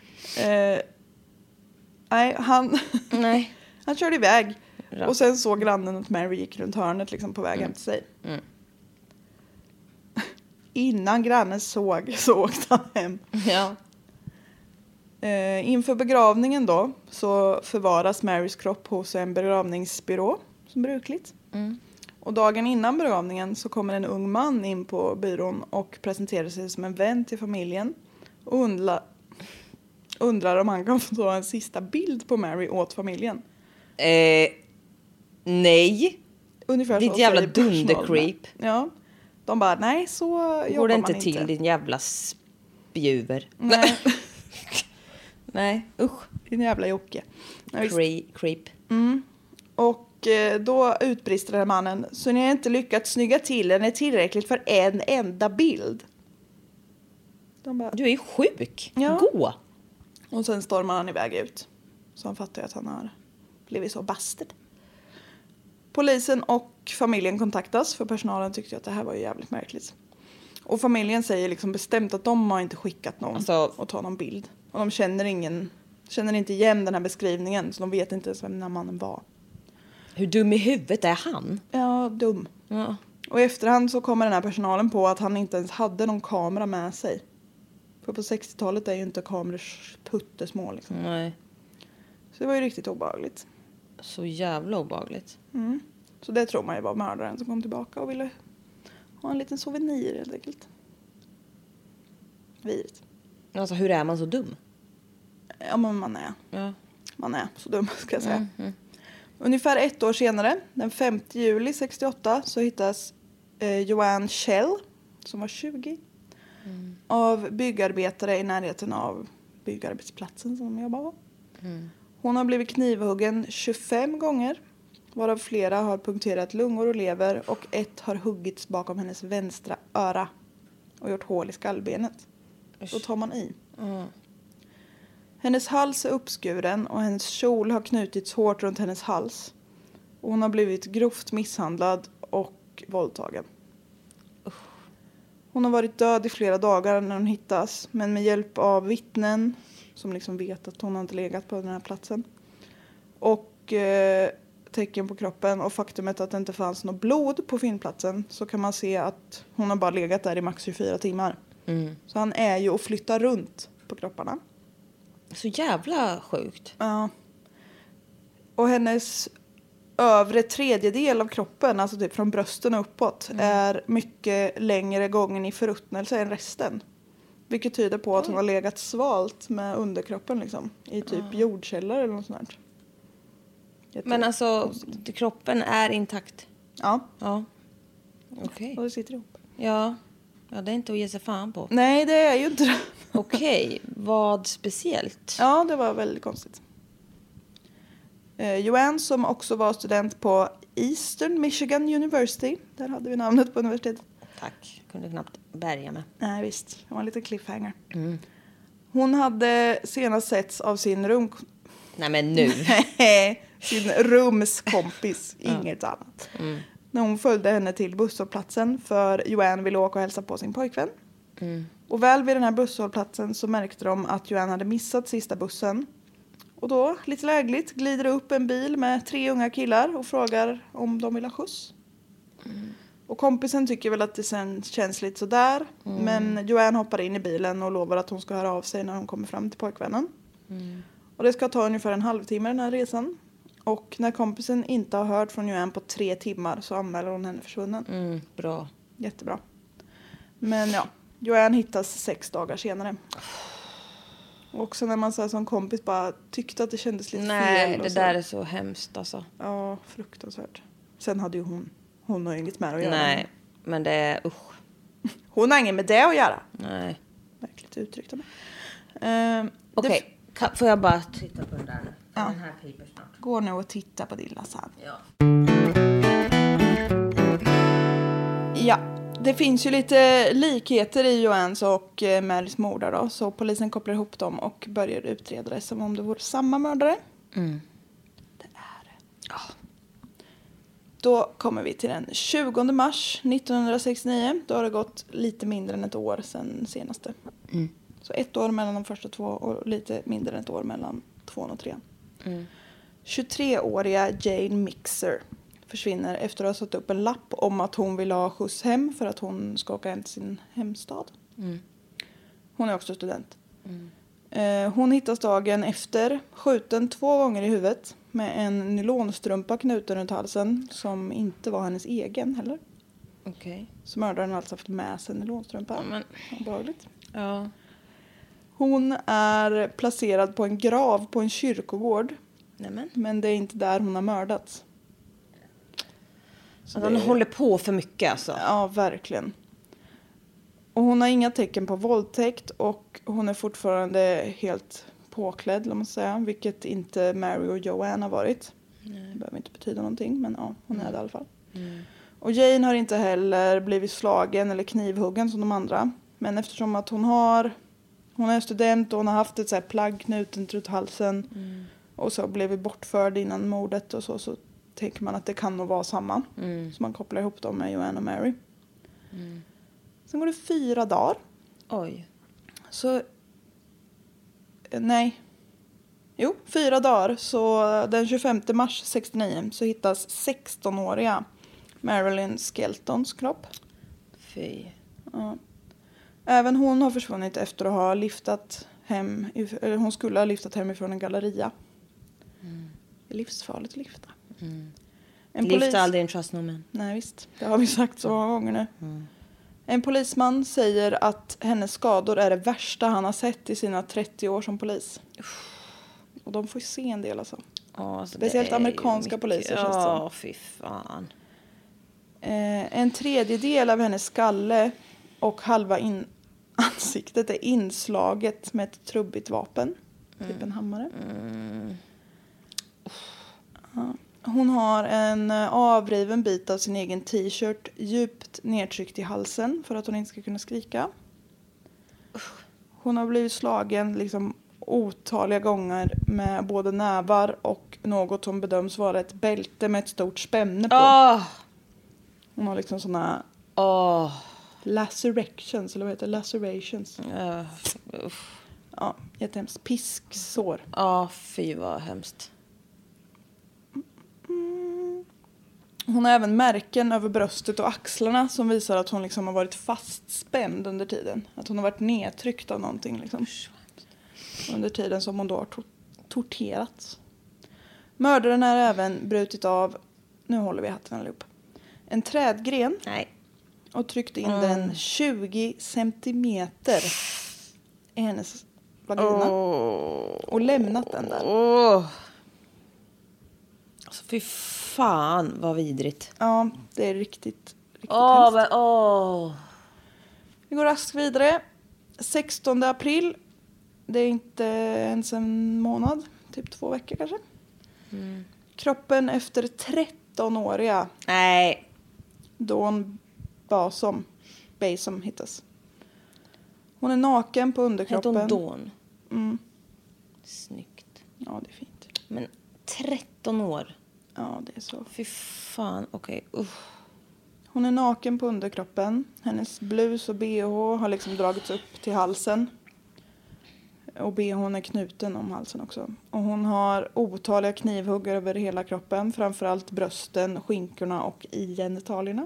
Speaker 5: Nej,
Speaker 6: Nej.
Speaker 5: han körde iväg.
Speaker 6: Bra.
Speaker 5: Och sen såg grannen att Mary gick runt hörnet liksom på väg hem till sig. Innan grannen såg så åkte han hem.
Speaker 6: Ja.
Speaker 5: Inför begravningen då så förvaras Marys kropp hos en begravningsbyrå som brukligt. Och dagen innan begravningen så kommer en ung man in på byrån och presenterar sig som en vän till familjen. Och undrar om han kan få ta en sista bild på Mary åt familjen.
Speaker 6: Nej.
Speaker 5: Ungefär
Speaker 6: Ditt
Speaker 5: så
Speaker 6: jävla
Speaker 5: säger personalen.
Speaker 6: dundercreep.
Speaker 5: Ja. De bara, nej så jobbar
Speaker 6: Går det
Speaker 5: man
Speaker 6: inte till din jävla spjuver?
Speaker 5: Nej,
Speaker 6: Nej, usch.
Speaker 5: din jävla Jocke. Nej, visst.
Speaker 6: Creep.
Speaker 5: Och då utbrister den här mannen. Så ni har inte lyckats snygga till den är tillräckligt för en enda bild. De bara,
Speaker 6: Du är ju sjuk.
Speaker 5: Ja.
Speaker 6: Gå.
Speaker 5: och sen stormar han iväg ut. Så han fattar ju att han har blivit så bastard. Polisen och familjen kontaktas. För personalen tyckte att det här var ju jävligt märkligt. Och familjen säger liksom bestämt att de har inte skickat någon
Speaker 6: Alltså-
Speaker 5: och ta någon bild. Och de känner inte igen den här beskrivningen. Så de vet inte ens vem den här mannen var.
Speaker 6: Hur dum i huvudet är han?
Speaker 5: Ja, dum.
Speaker 6: Ja.
Speaker 5: Och i efterhand så kommer den här personalen på att han inte ens hade någon kamera med sig. För på 60-talet är ju inte kameror puttesmå liksom.
Speaker 6: Nej.
Speaker 5: Så det var ju riktigt obehagligt.
Speaker 6: Så jävla obehagligt.
Speaker 5: Så det tror man ju var mördaren som kom tillbaka och ville ha en liten souvenir helt enkelt. Vidrigt.
Speaker 6: Alltså hur är man så dum?
Speaker 5: Ja, men man är så dum ska jag säga. Ungefär 1 år senare, den 5 juli 68, så hittas Joanne Schell, som var 20, av byggarbetare i närheten av byggarbetsplatsen som de jobbar på. Hon har blivit knivhuggen 25 gånger, varav flera har punkterat lungor och lever och ett har huggits bakom hennes vänstra öra och gjort hål i skallbenet. Då tar man i. Hennes hals är uppskuren och hennes kjol har knutits hårt runt hennes hals. Och hon har blivit grovt misshandlad och våldtagen. Hon har varit död i flera dagar när hon hittas. Men med hjälp av vittnen som liksom vet att hon har inte legat på den här platsen. Och tecken på kroppen och faktumet att det inte fanns något blod på fyndplatsen. Så kan man se att hon har bara legat där i max 24 timmar. Så han är ju och flyttar runt på kropparna.
Speaker 6: Så jävla sjukt.
Speaker 5: Ja. Och hennes övre tredjedel av kroppen, alltså typ från brösten och uppåt, är mycket längre gången i förruttnelse än resten. Vilket tyder på att hon har legat svalt med underkroppen liksom, i typ jordkällare eller något sånt.
Speaker 6: Men alltså, kroppen är intakt.
Speaker 5: Ja,
Speaker 6: Ja. Okej.
Speaker 5: och det sitter ihop.
Speaker 6: Ja. Ja, det är inte att ge sig fan på.
Speaker 5: Nej, det är ju inte det.
Speaker 6: Okej, vad speciellt?
Speaker 5: Ja, det var väldigt konstigt. Joanne, som också var student på Eastern Michigan University. Där hade vi namnet på universitetet.
Speaker 6: Tack, kunde knappt bärga mig.
Speaker 5: Nej, visst. Det var en liten cliffhanger. Hon hade senast setts av sin
Speaker 6: Nej, men nu.
Speaker 5: sin rumskompis, inget annat. När hon följde henne till busshållplatsen för Joanne ville åka och hälsa på sin pojkvän. Och väl vid den här busshållplatsen så märkte de att Joanne hade missat sista bussen. Och då, lite lägligt, glider det upp en bil med 3 unga killar och frågar om de vill ha skjuts. Och kompisen tycker väl att det sen känns lite sådär. Men Joanne hoppar in i bilen och lovar att hon ska höra av sig när hon kommer fram till pojkvännen. Och det ska ta ungefär en halvtimme den här resan. Och när kompisen inte har hört från Joanne på 3 timmar så anmäler hon henne försvunnen.
Speaker 6: Bra.
Speaker 5: Jättebra. Men ja, Joanne hittas 6 dagar senare. Och också när man så här, som kompis bara tyckte att det kändes lite fel.
Speaker 6: Nej, det
Speaker 5: så.
Speaker 6: där är så hemskt alltså.
Speaker 5: Ja, fruktansvärt. Sen hade ju hon har inget med att göra.
Speaker 6: Nej, men det är usch.
Speaker 5: Hon har inget med det att göra.
Speaker 6: Nej.
Speaker 5: Verkligt uttryckt.
Speaker 6: Okej, får jag bara titta på den där nu? Ja. Den här piper snart.
Speaker 5: Går nu och titta på din lasagne.
Speaker 6: Ja.
Speaker 5: Ja, det finns ju lite likheter i Joannes och Marys mord då. Så polisen kopplar ihop dem och börjar utreda det som om det vore samma mördare. Det är det. Ja. Då kommer vi till den 20 mars 1969. Då har det gått lite mindre än ett år sedan senaste. Så 1 år mellan de första 2 och lite mindre än ett år mellan 2 och 3. 23-åriga Jane Mixer försvinner efter att ha satt upp en lapp om att hon vill ha skjuts hem för att hon ska åka hem till sin hemstad. Hon är också student. Hon hittas dagen efter skjuten 2 gånger i huvudet med en nylonstrumpa knuten runt halsen som inte var hennes egen heller.
Speaker 6: Okej.
Speaker 5: Så mördaren har alltså haft med sig en nylonstrumpa.
Speaker 6: Men...
Speaker 5: Obehagligt.
Speaker 6: Ja.
Speaker 5: Hon är placerad på en grav på en kyrkogård.
Speaker 6: Nämen.
Speaker 5: Men det är inte där hon har mördats.
Speaker 6: Så de håller på för mycket alltså.
Speaker 5: Ja, verkligen. Och hon har inga tecken på våldtäkt och hon är fortfarande helt påklädd, låt man säga. Vilket inte Mary och Joanne har varit. Det behöver inte betyda någonting, men ja, hon är det i alla fall. Och Jane har inte heller blivit slagen eller knivhuggen som de andra. Men eftersom att hon är student och hon har haft ett så här plagg knuten runt halsen. Och så blev vi bortförd innan mordet och så tänker man att det kan nog vara samma. Så man kopplar ihop dem med Joanne och Mary. Sen går det 4 dagar.
Speaker 6: Oj.
Speaker 5: Så... Nej. Jo, 4 dagar. Så den 25 mars 69 så hittas 16-åriga Marilyn Skeltons kropp.
Speaker 6: Fy.
Speaker 5: Ja. Även hon har försvunnit efter att ha lyftat hem... Eller hon skulle ha lyftat hemifrån en galleria. Det är livsfarligt att lyfta.
Speaker 6: Lyfta aldrig en trust no man.
Speaker 5: Nej, visst. Det har vi sagt så många gånger nu. En polisman säger att hennes skador är det värsta han har sett i sina 30 år som polis. Och de får ju se en del alltså.
Speaker 6: Alltså
Speaker 5: speciellt amerikanska poliser.
Speaker 6: Ja, fy fan.
Speaker 5: En 1/3 av hennes skalle och halva ansiktet är inslaget med ett trubbigt vapen. Typ en hammare. Ja. Hon har en avriven bit av sin egen t-shirt djupt nedtryckt i halsen för att hon inte ska kunna skrika. Hon har blivit slagen liksom otaliga gånger med både nävar och något som bedöms vara ett bälte med ett stort spänne på. Hon har liksom såna lacerations, eller vad heter det? Lacerations. Ja, jättehemskt. Pisksår.
Speaker 6: Ja, fy vad hemskt.
Speaker 5: Hon har även märken över bröstet och axlarna som visar att hon liksom har varit fastspänd under tiden. Att hon har varit nedtryckt av någonting liksom. Under tiden som hon då har torterats. Mördaren är även brutit av, nu håller vi hatten allihop, en trädgren.
Speaker 6: Nej.
Speaker 5: Och tryckt in den 20 centimeter i hennes vagina. Och lämnat den där.
Speaker 6: Alltså fy fan vad vidrigt.
Speaker 5: Ja, det är riktigt hemskt. Vi går raskt vidare. 16 april. Det är inte ens en månad. Typ 2 veckor kanske. Kroppen efter 13-åriga.
Speaker 6: Nej.
Speaker 5: Dawn Basom hittas. Hon är naken på underkroppen.
Speaker 6: Heter hon Dawn? Snyggt.
Speaker 5: Ja, det är fint.
Speaker 6: Men 13 år.
Speaker 5: Ja, det är så.
Speaker 6: Fy fan, okej.
Speaker 5: Hon är naken på underkroppen. Hennes blus och bh har liksom dragits upp till halsen. Och bhn är knuten om halsen också. Och hon har otaliga knivhugg över hela kroppen. Framförallt brösten, skinkorna och i genitalierna.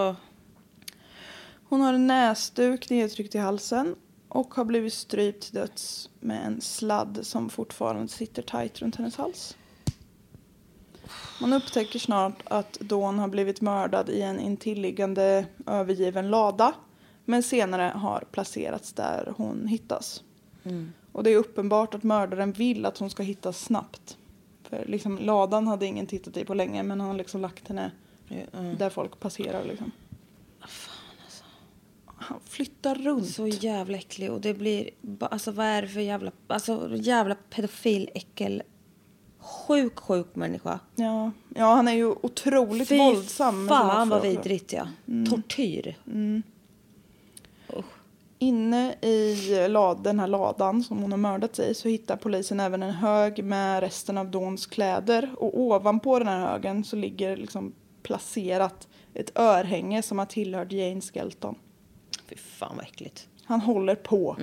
Speaker 5: Hon har en näsduk nedtryckt i halsen. Och har blivit strypt till döds med en sladd som fortfarande sitter tajt runt hennes hals. Man upptäcker snart att Dawn har blivit mördad i en intilliggande övergiven lada. Men senare har placerats där hon hittas. Och det är uppenbart att mördaren vill att hon ska hittas snabbt. För liksom, ladan hade ingen tittat i på länge. Men han har liksom lagt henne där folk passerar liksom.
Speaker 6: Fan alltså.
Speaker 5: Han flyttar runt.
Speaker 6: Så jävla äcklig. Och det blir, alltså vad är det för jävla pedofil äckel. Sjuk människa.
Speaker 5: Ja, han är ju otroligt våldsam.
Speaker 6: Fan vad vidrigt, ja. Tortyr.
Speaker 5: Inne i den här ladan som hon har mördat i så hittar polisen även en hög med resten av Dawns kläder. Och ovanpå den här högen så ligger liksom placerat ett örhänge som har tillhört Jane Skelton.
Speaker 6: Fy fan vad äckligt.
Speaker 5: Han håller på.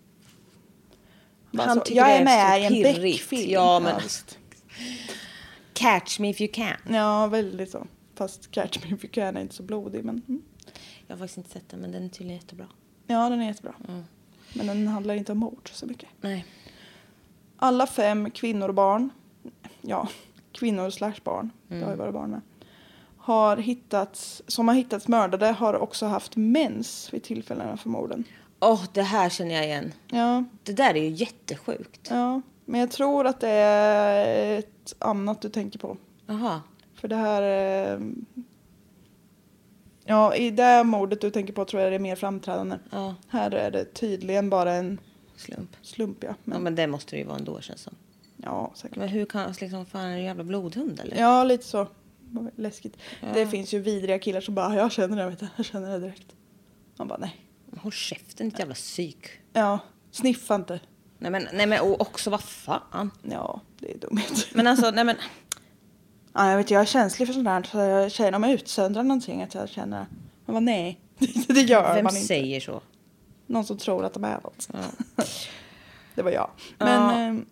Speaker 6: Han tycker
Speaker 5: jag
Speaker 6: det
Speaker 5: är med i en
Speaker 6: pirrigt.
Speaker 5: Beck-film.
Speaker 6: Ja, men catch me if you can.
Speaker 5: Ja, väldigt så. Fast Catch me if you can är inte så blodig. Men,
Speaker 6: Jag har faktiskt inte sett den, men den är tydligen jättebra.
Speaker 5: Ja, den är jättebra. Men den handlar inte om mord så mycket.
Speaker 6: Nej.
Speaker 5: Alla 5 kvinnor och barn. Ja, kvinnor/barn. Det har ju varit barn med. Som har hittats mördade har också haft mens vid tillfällena för morden.
Speaker 6: Det här känner jag igen.
Speaker 5: Ja.
Speaker 6: Det där är ju jättesjukt.
Speaker 5: Ja, men jag tror att det är ett annat du tänker på.
Speaker 6: Aha.
Speaker 5: För det här... Ja, i det här mordet du tänker på tror jag det är mer framträdande.
Speaker 6: Ja.
Speaker 5: Här är det tydligen bara en
Speaker 6: slump.
Speaker 5: Ja.
Speaker 6: Ja, men det måste det ju vara ändå, känns som.
Speaker 5: Ja, säkert.
Speaker 6: Men hur kan liksom, fan, är det en jävla blodhund eller?
Speaker 5: Ja, lite så. Läskigt.
Speaker 6: Ja.
Speaker 5: Det finns ju vidriga killar som bara, jag känner det, vet du. Jag känner det direkt. Man bara, nej.
Speaker 6: Håll käften, ditt jävla psyk.
Speaker 5: Ja, sniffa inte.
Speaker 6: Nej men och också, vad fan?
Speaker 5: Ja, det är dumhet.
Speaker 6: Men alltså, nej men...
Speaker 5: Ja, jag vet, jag är känslig för sånt här. Så jag känner om jag utsöndrar någonting att jag känner, man bara, nej. Det gör
Speaker 6: Vem
Speaker 5: man inte.
Speaker 6: säger så?
Speaker 5: Någon som tror att de är något.
Speaker 6: Ja.
Speaker 5: Det var jag. Men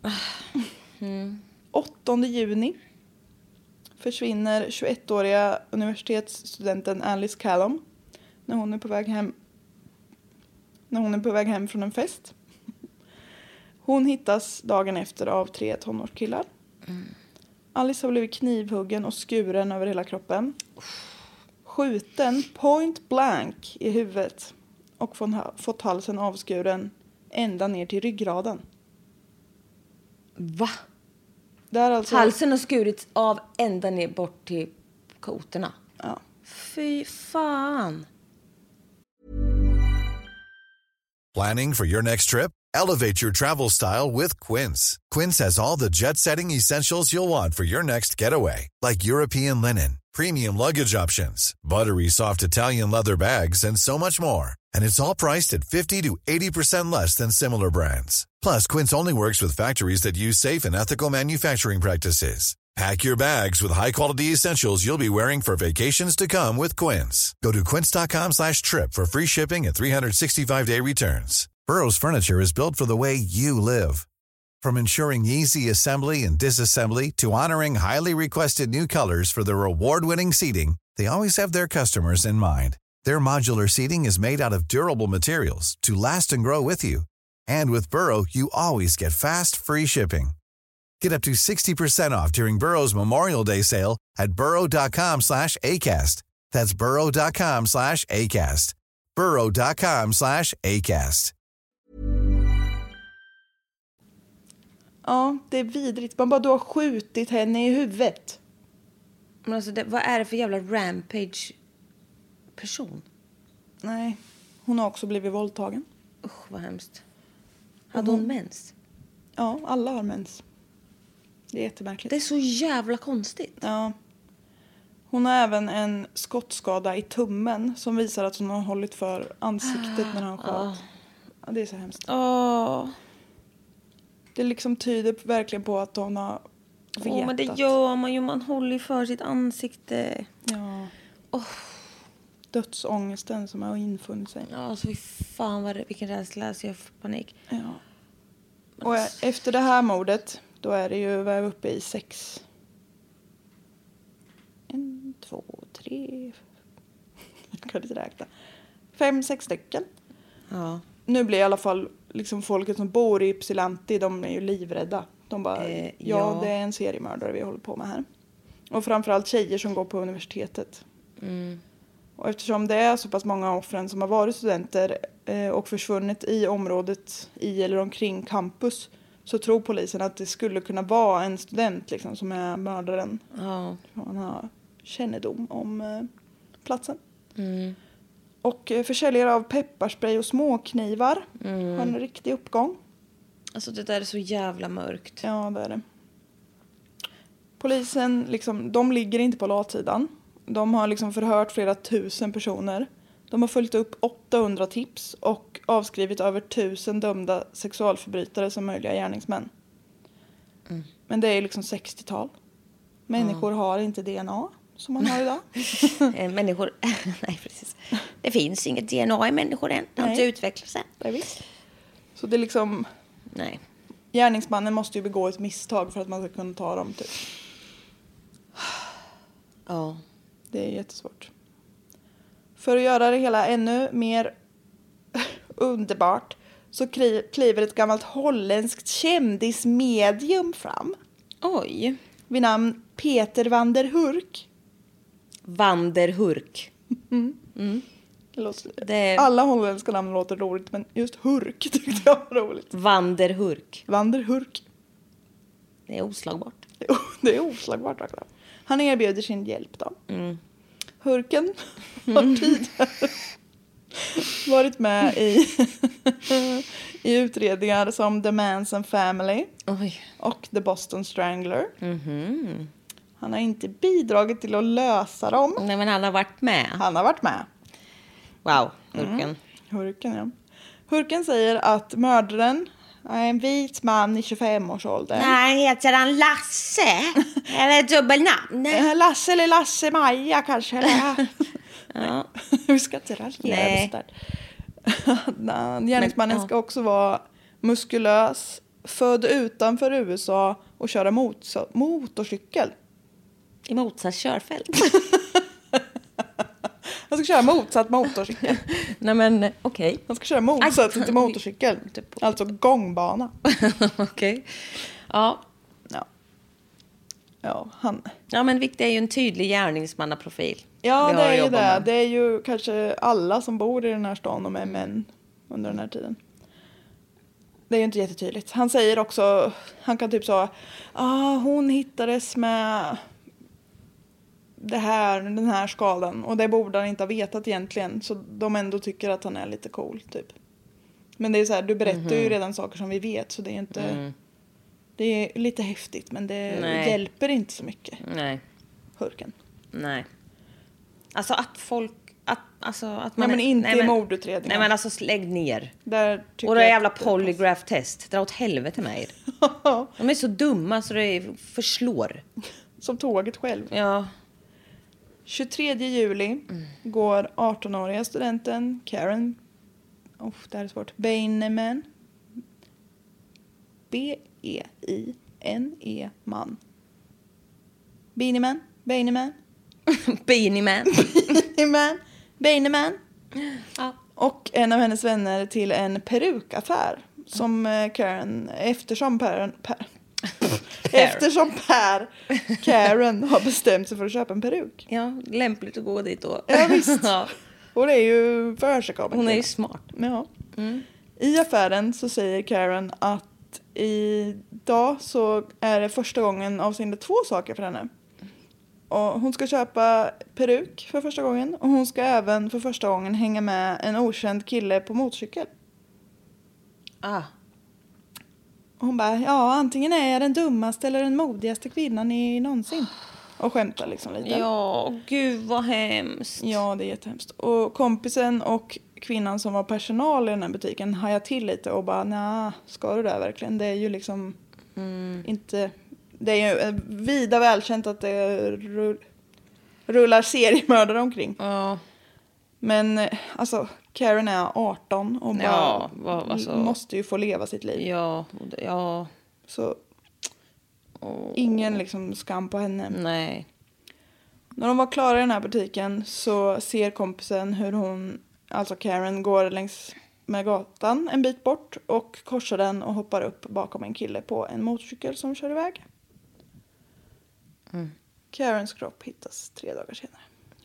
Speaker 5: 8 juni försvinner 21-åriga universitetsstudenten Alice Callum när hon är på väg hem från en fest. Hon hittas dagen efter av 3 tonårskillar. Alice har blivit knivhuggen och skuren över hela kroppen. Skjuten point blank i huvudet och fått halsen avskuren ända ner till ryggraden.
Speaker 6: Va?
Speaker 5: Där alltså...
Speaker 6: Halsen har skurits av ända ner bort till kotorna.
Speaker 5: Ja.
Speaker 6: Fy fan.
Speaker 1: Planning for your next trip? Elevate your travel style with Quince. Quince has all the jet-setting essentials you'll want for your next getaway, like European linen, premium luggage options, buttery soft Italian leather bags, and so much more. And it's all priced at 50 to 80% less than similar brands. Plus, Quince only works with factories that use safe and ethical manufacturing practices. Pack your bags with high-quality essentials you'll be wearing for vacations to come with Quince. Go to quince.com/trip for free shipping and 365-day returns. Burrow's furniture is built for the way you live. From ensuring easy assembly and disassembly to honoring highly requested new colors for their award-winning seating, they always have their customers in mind. Their modular seating is made out of durable materials to last and grow with you. And with Burrow, you always get fast, free shipping. Get up to 60% off during Burrow's Memorial Day sale at burrow.com/ACAST. That's burrow.com/ACAST. burrow.com/ACAST.
Speaker 5: Ja, det är vidrigt. Man bara, du har skjutit henne i huvudet.
Speaker 6: Men alltså, vad är det för jävla rampage-person?
Speaker 5: Nej, Hon har också blivit våldtagen.
Speaker 6: Usch, vad hemskt. Hade hon mens?
Speaker 5: Ja, alla har mens. Det är jättemärkligt.
Speaker 6: Det är så jävla konstigt.
Speaker 5: Ja. Hon har även en skottskada i tummen som visar att hon har hållit för ansiktet när han sköt. Ja, det är så hemskt. Det liksom tyder verkligen på att hon har vetat.
Speaker 6: Men det gör man ju. Man håller för sitt ansikte.
Speaker 5: Ja. Dödsångesten som har infunnit sig.
Speaker 6: Ja, så fan vilken rädsla. Så jag får panik.
Speaker 5: Ja. Och efter det här mordet, då är det ju, vad är vi uppe i, 6. 1, 2, 3. Jag kan inte räkna. 5, 6 stycken.
Speaker 6: Ja.
Speaker 5: Nu blir i alla fall liksom folket som bor i Ypsilanti, de är ju livrädda. De bara, ja, det är en seriemördare vi håller på med här. Och framförallt tjejer som går på universitetet. Och eftersom det är så pass många offren som har varit studenter och försvunnit i området i eller omkring campus, så tror polisen att det skulle kunna vara en student liksom, som är mördaren.
Speaker 6: Ja.
Speaker 5: Han har kännedom om platsen. Och försäljare av pepparspray och småknivar har en riktig uppgång.
Speaker 6: Alltså det där är så jävla mörkt.
Speaker 5: Ja, det är det. Polisen, liksom, de ligger inte på latsidan. De har liksom förhört flera tusen personer. De har följt upp 800 tips och avskrivit över 1000 dömda sexualförbrytare som möjliga gärningsmän. Men det är liksom 60-tal. Människor har inte DNA som man har idag.
Speaker 6: Människor, nej precis. Det finns inget DNA i människor än. Det har inte utvecklats än.
Speaker 5: Det är visst. Så det är liksom...
Speaker 6: Nej.
Speaker 5: Gärningsmannen måste ju begå ett misstag för att man ska kunna ta dem typ.
Speaker 6: Ja.
Speaker 5: Det är jättesvårt. För att göra det hela ännu mer underbart så kliver ett gammalt holländskt kändismedium fram.
Speaker 6: Oj.
Speaker 5: Vid namn Peter van der Hurk.
Speaker 6: Van der Hurk.
Speaker 5: Alla holländska namn låter roligt, men just Hurk tyckte jag var roligt.
Speaker 6: Van der Hurk.
Speaker 5: Van der Hurk.
Speaker 6: Det är oslagbart.
Speaker 5: Det är oslagbart också. Han erbjuder sin hjälp då. Hurken har tidigare varit med i utredningar som The Manson Family och The Boston Strangler. Han har inte bidragit till att lösa dem.
Speaker 6: Nej, men han har varit med.
Speaker 5: Han har varit med.
Speaker 6: Wow, Hurken.
Speaker 5: Hurken, ja. Hurken säger att mördaren är en vit man i 25-årsåldern.
Speaker 6: Nej, heter han Lasse? Eller dubbelnamn?
Speaker 5: Lasse eller Lasse Maja kanske. Eller? Ja. Vi ska inte raljera där. Gärningsmannen ska också vara muskulös, född utanför USA och köra motorcykel.
Speaker 6: I motsatt körfält.
Speaker 5: Han ska köra motsatt motorcykel.
Speaker 6: Nej men okej.
Speaker 5: Han ska köra motsatt till motorcykel. Alltså gångbana.
Speaker 6: Okej. Ja.
Speaker 5: Ja, han.
Speaker 6: Ja, men Victor är ju en tydlig gärningsmannaprofil.
Speaker 5: Ja, det är ju det. Det är ju kanske alla som bor i den här stan och är män under den här tiden. Det är ju inte jättetydligt. Han säger också, han kan typ säga, hon hittades med den här skadan. Och det borde han inte ha vetat egentligen. Så de ändå tycker att han är lite cool, typ. Men det är så här, du berättar ju redan saker som vi vet. Så det är inte... Det är lite häftigt, men det hjälper inte så mycket.
Speaker 6: Nej.
Speaker 5: Hurken.
Speaker 6: Nej. Alltså att folk... Att man
Speaker 5: nej, men inte i mordutredningen.
Speaker 6: Nej, men alltså lägg ner.
Speaker 5: Och
Speaker 6: det jävla polygraph-test. Dra åt helvete med er. De är så dumma så det förslår.
Speaker 5: Som tåget själv.
Speaker 6: Ja.
Speaker 5: 23 juli går 18-åriga studenten Karen... det här är svårt. Beineman. B-E-I-N-E-man. Beineman. Ja. Och en av hennes vänner till en perukaffär. Som Karen... Eftersom Karen har bestämt sig för att köpa en peruk.
Speaker 6: Ja, lämpligt att gå dit då.
Speaker 5: Ja, visst. Hon är ju försigkommen.
Speaker 6: Hon är ju smart.
Speaker 5: Ja. I affären så säger Karen att idag så är det första gången avseende 2 saker för henne. Och hon ska köpa peruk för första gången. Och hon ska även för första gången hänga med en okänd kille på motorcykel. Och hon bara, ja, antingen är jag den dummaste eller den modigaste kvinnan i någonsin. Och skämtar liksom lite.
Speaker 6: Ja, gud vad hemskt.
Speaker 5: Ja, det är jättehemskt. Och kompisen och kvinnan som var personal i den här butiken hajade till lite och bara, nej, ska du där verkligen? Det är ju liksom inte... Det är ju vida välkänt att det rullar seriemördare omkring.
Speaker 6: Ja.
Speaker 5: Men alltså, Karen är 18 och bara
Speaker 6: alltså,
Speaker 5: måste ju få leva sitt liv.
Speaker 6: Ja.
Speaker 5: Så ingen liksom skam på henne.
Speaker 6: Nej.
Speaker 5: När de var klara i den här butiken så ser kompisen hur hon, alltså Karen, går längs med gatan en bit bort och korsar den och hoppar upp bakom en kille på en motorcykel som kör iväg. Karens kropp hittas 3 dagar senare.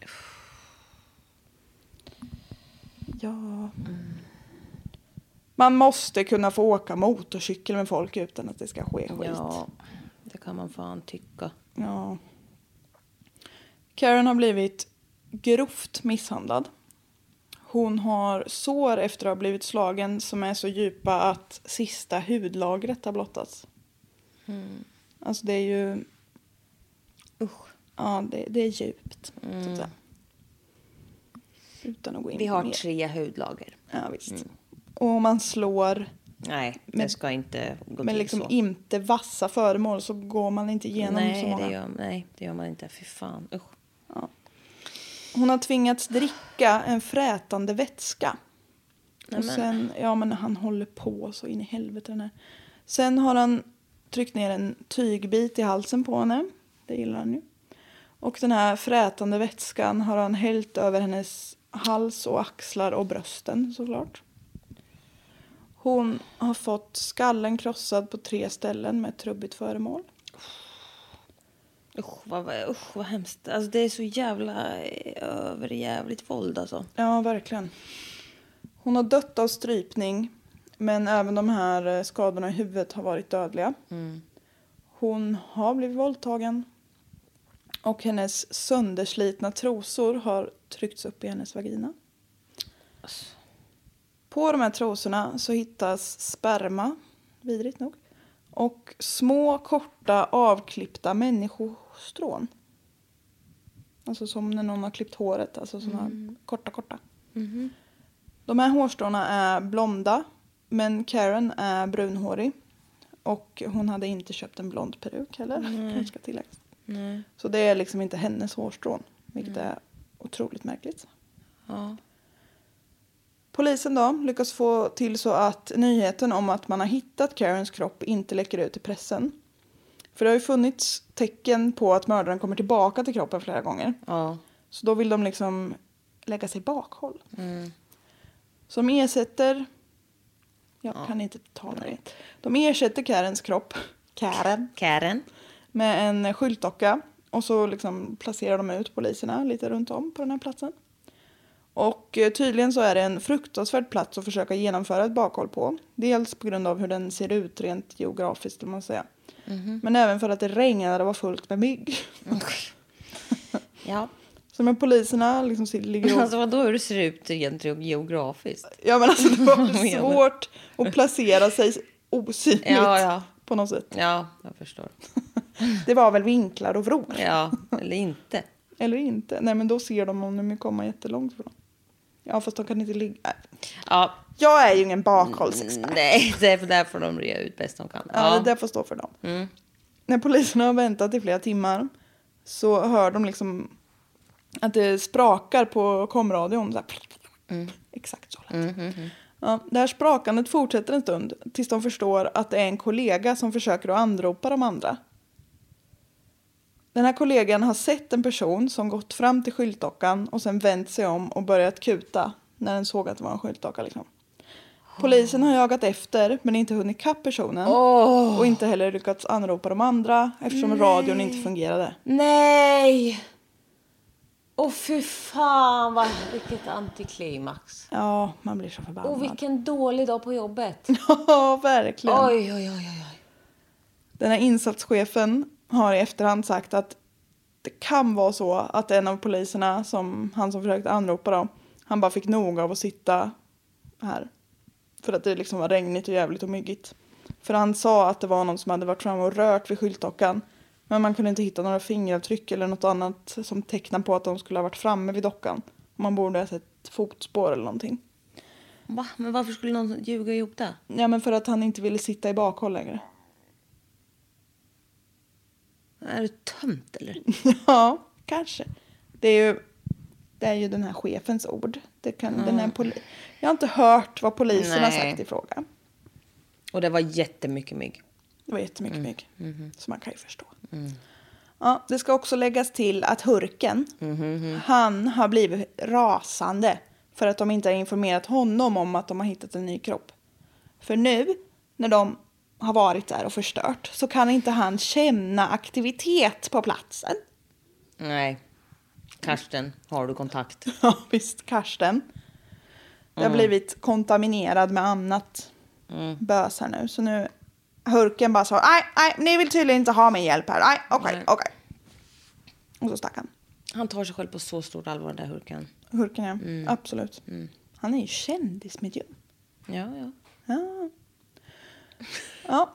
Speaker 5: Ja. Man måste kunna få åka motorcykel med folk utan att det ska ske skit.
Speaker 6: Ja, det kan man fan tycka.
Speaker 5: Ja. Karen har blivit grovt misshandlad. Hon har sår efter att ha blivit slagen som är så djupa att sista hudlagret har blottats. Alltså det är ju... Usch. Ja, det är djupt. Så att säga. Utan att gå in
Speaker 6: Vi har
Speaker 5: mer.
Speaker 6: 3 hudlager.
Speaker 5: Ja, visst. Och om man slår...
Speaker 6: Nej, det ska inte gå
Speaker 5: men
Speaker 6: till
Speaker 5: liksom
Speaker 6: så.
Speaker 5: inte vassa föremål så går man inte igenom så många.
Speaker 6: Det gör man inte. Fy fan, usch.
Speaker 5: Ja. Hon har tvingats dricka en frätande vätska. Och sen, men han håller på så in i helvete den här. Sen har han tryckt ner en tygbit i halsen på henne. Det gillar han ju. Och den här frätande vätskan har han hällt över hennes hals och axlar och brösten såklart. Hon har fått skallen krossad på 3 ställen med ett trubbigt föremål.
Speaker 6: Usch vad hemskt. Alltså det är så jävla överjävligt våld alltså.
Speaker 5: Ja, verkligen. Hon har dött av strypning. Men även de här skadorna i huvudet har varit dödliga. Hon har blivit våldtagen. Och hennes sönderslitna trosor har tryckts upp i hennes vagina. På de här trosorna så hittas sperma, vidrigt nog. Och små, korta, avklippta människostrån. Alltså som när någon har klippt håret. Alltså sådana korta. De här hårstråna är blonda. Men Karen är brunhårig. Och hon hade inte köpt en blond peruk heller. Det ska tilläggas. Så det är liksom inte hennes hårstrån. Vilket är otroligt märkligt.
Speaker 6: Ja.
Speaker 5: Polisen då lyckas få till så att nyheten om att man har hittat Karens kropp inte läcker ut till pressen. För det har ju funnits tecken på att mördaren kommer tillbaka till kroppen flera gånger.
Speaker 6: Ja.
Speaker 5: Så då vill de liksom lägga sig bakhåll. Så de ersätter... Jag kan inte tala det. De ersätter Karens kropp.
Speaker 6: Karen.
Speaker 5: Med en skyltdocka. Och så liksom placerar de ut poliserna lite runt om på den här platsen. Och tydligen så är det en fruktansvärd plats att försöka genomföra ett bakhåll på. Dels på grund av hur den ser ut rent geografiskt, om man säger. Men även för att det regnade och var fullt med mygg.
Speaker 6: Ja.
Speaker 5: Så med poliserna liksom ligger...
Speaker 6: Alltså vadå hur det ser ut rent geografiskt?
Speaker 5: Ja, men alltså det var svårt att placera sig osynligt på något sätt.
Speaker 6: Ja, jag förstår.
Speaker 5: Det var väl vinklar och vrår.
Speaker 6: Ja, eller inte.
Speaker 5: Eller inte. Nej, men då ser de om de kommer jättelångt från. Ja, fast de kan inte ligga...
Speaker 6: Ja.
Speaker 5: Jag är ju ingen bakhållsexpert.
Speaker 6: Nej, det är för där får de rea ut bäst de kan.
Speaker 5: Ja, det får stå för dem. När poliserna har väntat i flera timmar så hör de liksom att det sprakar på komradion. Så här. Exakt så. Ja, det här sprakandet fortsätter en stund tills de förstår att det är en kollega som försöker att anropa de andra. Den här kollegan har sett en person som gått fram till skyltdockan och sen vänt sig om och börjat kuta när den såg att det var en skyltdocka liksom. Polisen har jagat efter men inte hunnit kapp personen och inte heller lyckats anropa de andra eftersom radion inte fungerade.
Speaker 6: Nej! Fy fan, vilket antiklimax.
Speaker 5: Ja, man blir så förbannad.
Speaker 6: Vilken dålig dag på jobbet.
Speaker 5: Ja, verkligen.
Speaker 6: Oj.
Speaker 5: Den här insatschefen har i efterhand sagt att det kan vara så att en av poliserna, han som försökte anropa dem, han bara fick nog av att sitta här. För att det liksom var regnigt och jävligt och myggigt. För han sa att det var någon som hade varit fram och rört vid skyltdockan. Men man kunde inte hitta några fingeravtryck eller något annat som tecknar på att de skulle ha varit framme vid dockan. Man borde ha sett fotspår eller någonting.
Speaker 6: Va? Men varför skulle någon ljuga ihop det?
Speaker 5: Ja, men för att han inte ville sitta i bakhåll längre.
Speaker 6: Är du tömt eller?
Speaker 5: Ja, kanske. Det är ju den här chefens ord. Jag har inte hört vad polisen har sagt i frågan.
Speaker 6: Och det var jättemycket mygg.
Speaker 5: Det var jättemycket mygg. Så man kan ju förstå. Ja, det ska också läggas till att Hurken, han har blivit rasande för att de inte har informerat honom om att de har hittat en ny kropp. För nu, när de har varit där och förstört, så kan inte han känna aktivitet på platsen.
Speaker 6: Nej. Karsten, har du kontakt?
Speaker 5: Ja, visst, Karsten. Det har blivit kontaminerad med annat bös här nu. Så nu Hurken bara sa, nej, ni vill tydligen inte ha min hjälp här. Nej, okej. Och så stack han.
Speaker 6: Han tar sig själv på så stort allvar, den där Hurken.
Speaker 5: Hurken, ja. Absolut. Han är ju kändismedium.
Speaker 6: Ja.
Speaker 5: Ja.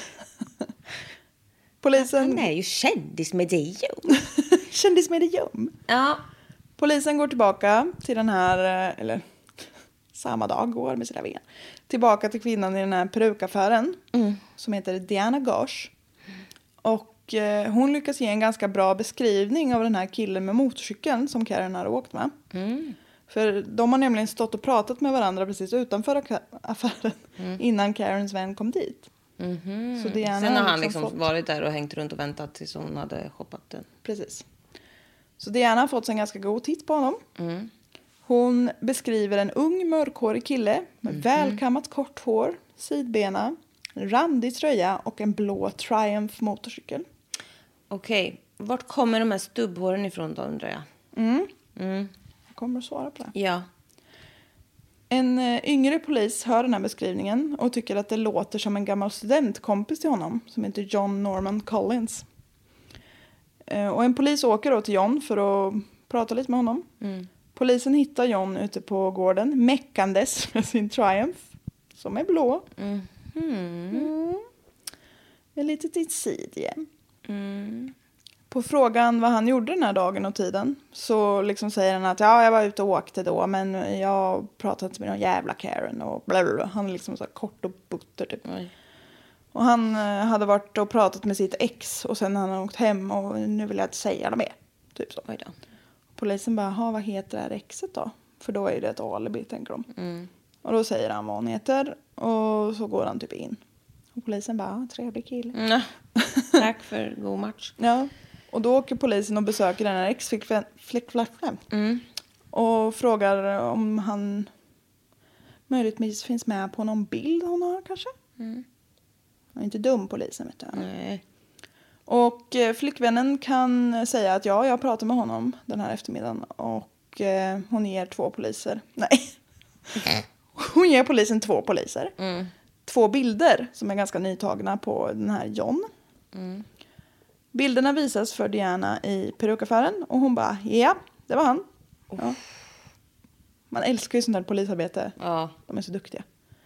Speaker 5: Polisen...
Speaker 6: Han är ju kändismedium.
Speaker 5: Kändismedium.
Speaker 6: Ja.
Speaker 5: Polisen går tillbaka till den här, eller samma dag går med sina ben, tillbaka till kvinnan i den här perukaffären som heter Diana Gosh. Och hon lyckas ge en ganska bra beskrivning av den här killen med motorcykeln som Karen har åkt med. För de har nämligen stått och pratat med varandra precis utanför affären innan Karens vän kom dit. Så Diana
Speaker 6: sen har han liksom varit där och hängt runt och väntat tills hon hade shoppat den.
Speaker 5: Precis. Så Diana har fått en ganska god titt på honom. Hon beskriver en ung mörkhårig kille med välkammat kort hår, sidbena, randig tröja och en blå Triumph motorcykel.
Speaker 6: Okej, vart kommer de här stubbhåren ifrån då, undrar jag?
Speaker 5: Jag kommer att svara på det.
Speaker 6: Ja.
Speaker 5: En yngre polis hör den här beskrivningen och tycker att det låter som en gammal studentkompis till honom som heter John Norman Collins. Och en polis åker då till John för att prata lite med honom. Polisen hittar John ute på gården meckandes med sin Triumph som är blå. Med lite tidsidje. På frågan vad han gjorde den här dagen och tiden så liksom säger han att jag var ute och åkte då, men jag pratade inte med någon jävla Karen och blablabla. Han är liksom så här kort och butter typ. Och han hade varit och pratat med sitt ex och sen han hade åkt hem och nu vill jag inte säga det mer. Typ så. Polisen bara, vad heter det här exet då? För då är det ett alibi, tänker de. Och då säger han vad hon heter och så går han typ in. Och polisen bara, trevlig kille.
Speaker 6: Tack för god match.
Speaker 5: Ja. Och då åker polisen och besöker den här ex-flickflacken. Och frågar om han möjligtvis finns med på någon bild hon har kanske. Han är inte dum, polisen, vet du.
Speaker 6: Nej.
Speaker 5: Och flickvännen kan säga att jag pratar med honom den här eftermiddagen. Och hon ger 2 poliser. Nej. Hon ger polisen 2 poliser. 2 bilder som är ganska nytagna på den här John. Bilderna visas för Diana i perukaffären och hon bara, ja, det var han. Ja. Man älskar ju sånt där polisarbete.
Speaker 6: Ja.
Speaker 5: De är så duktiga.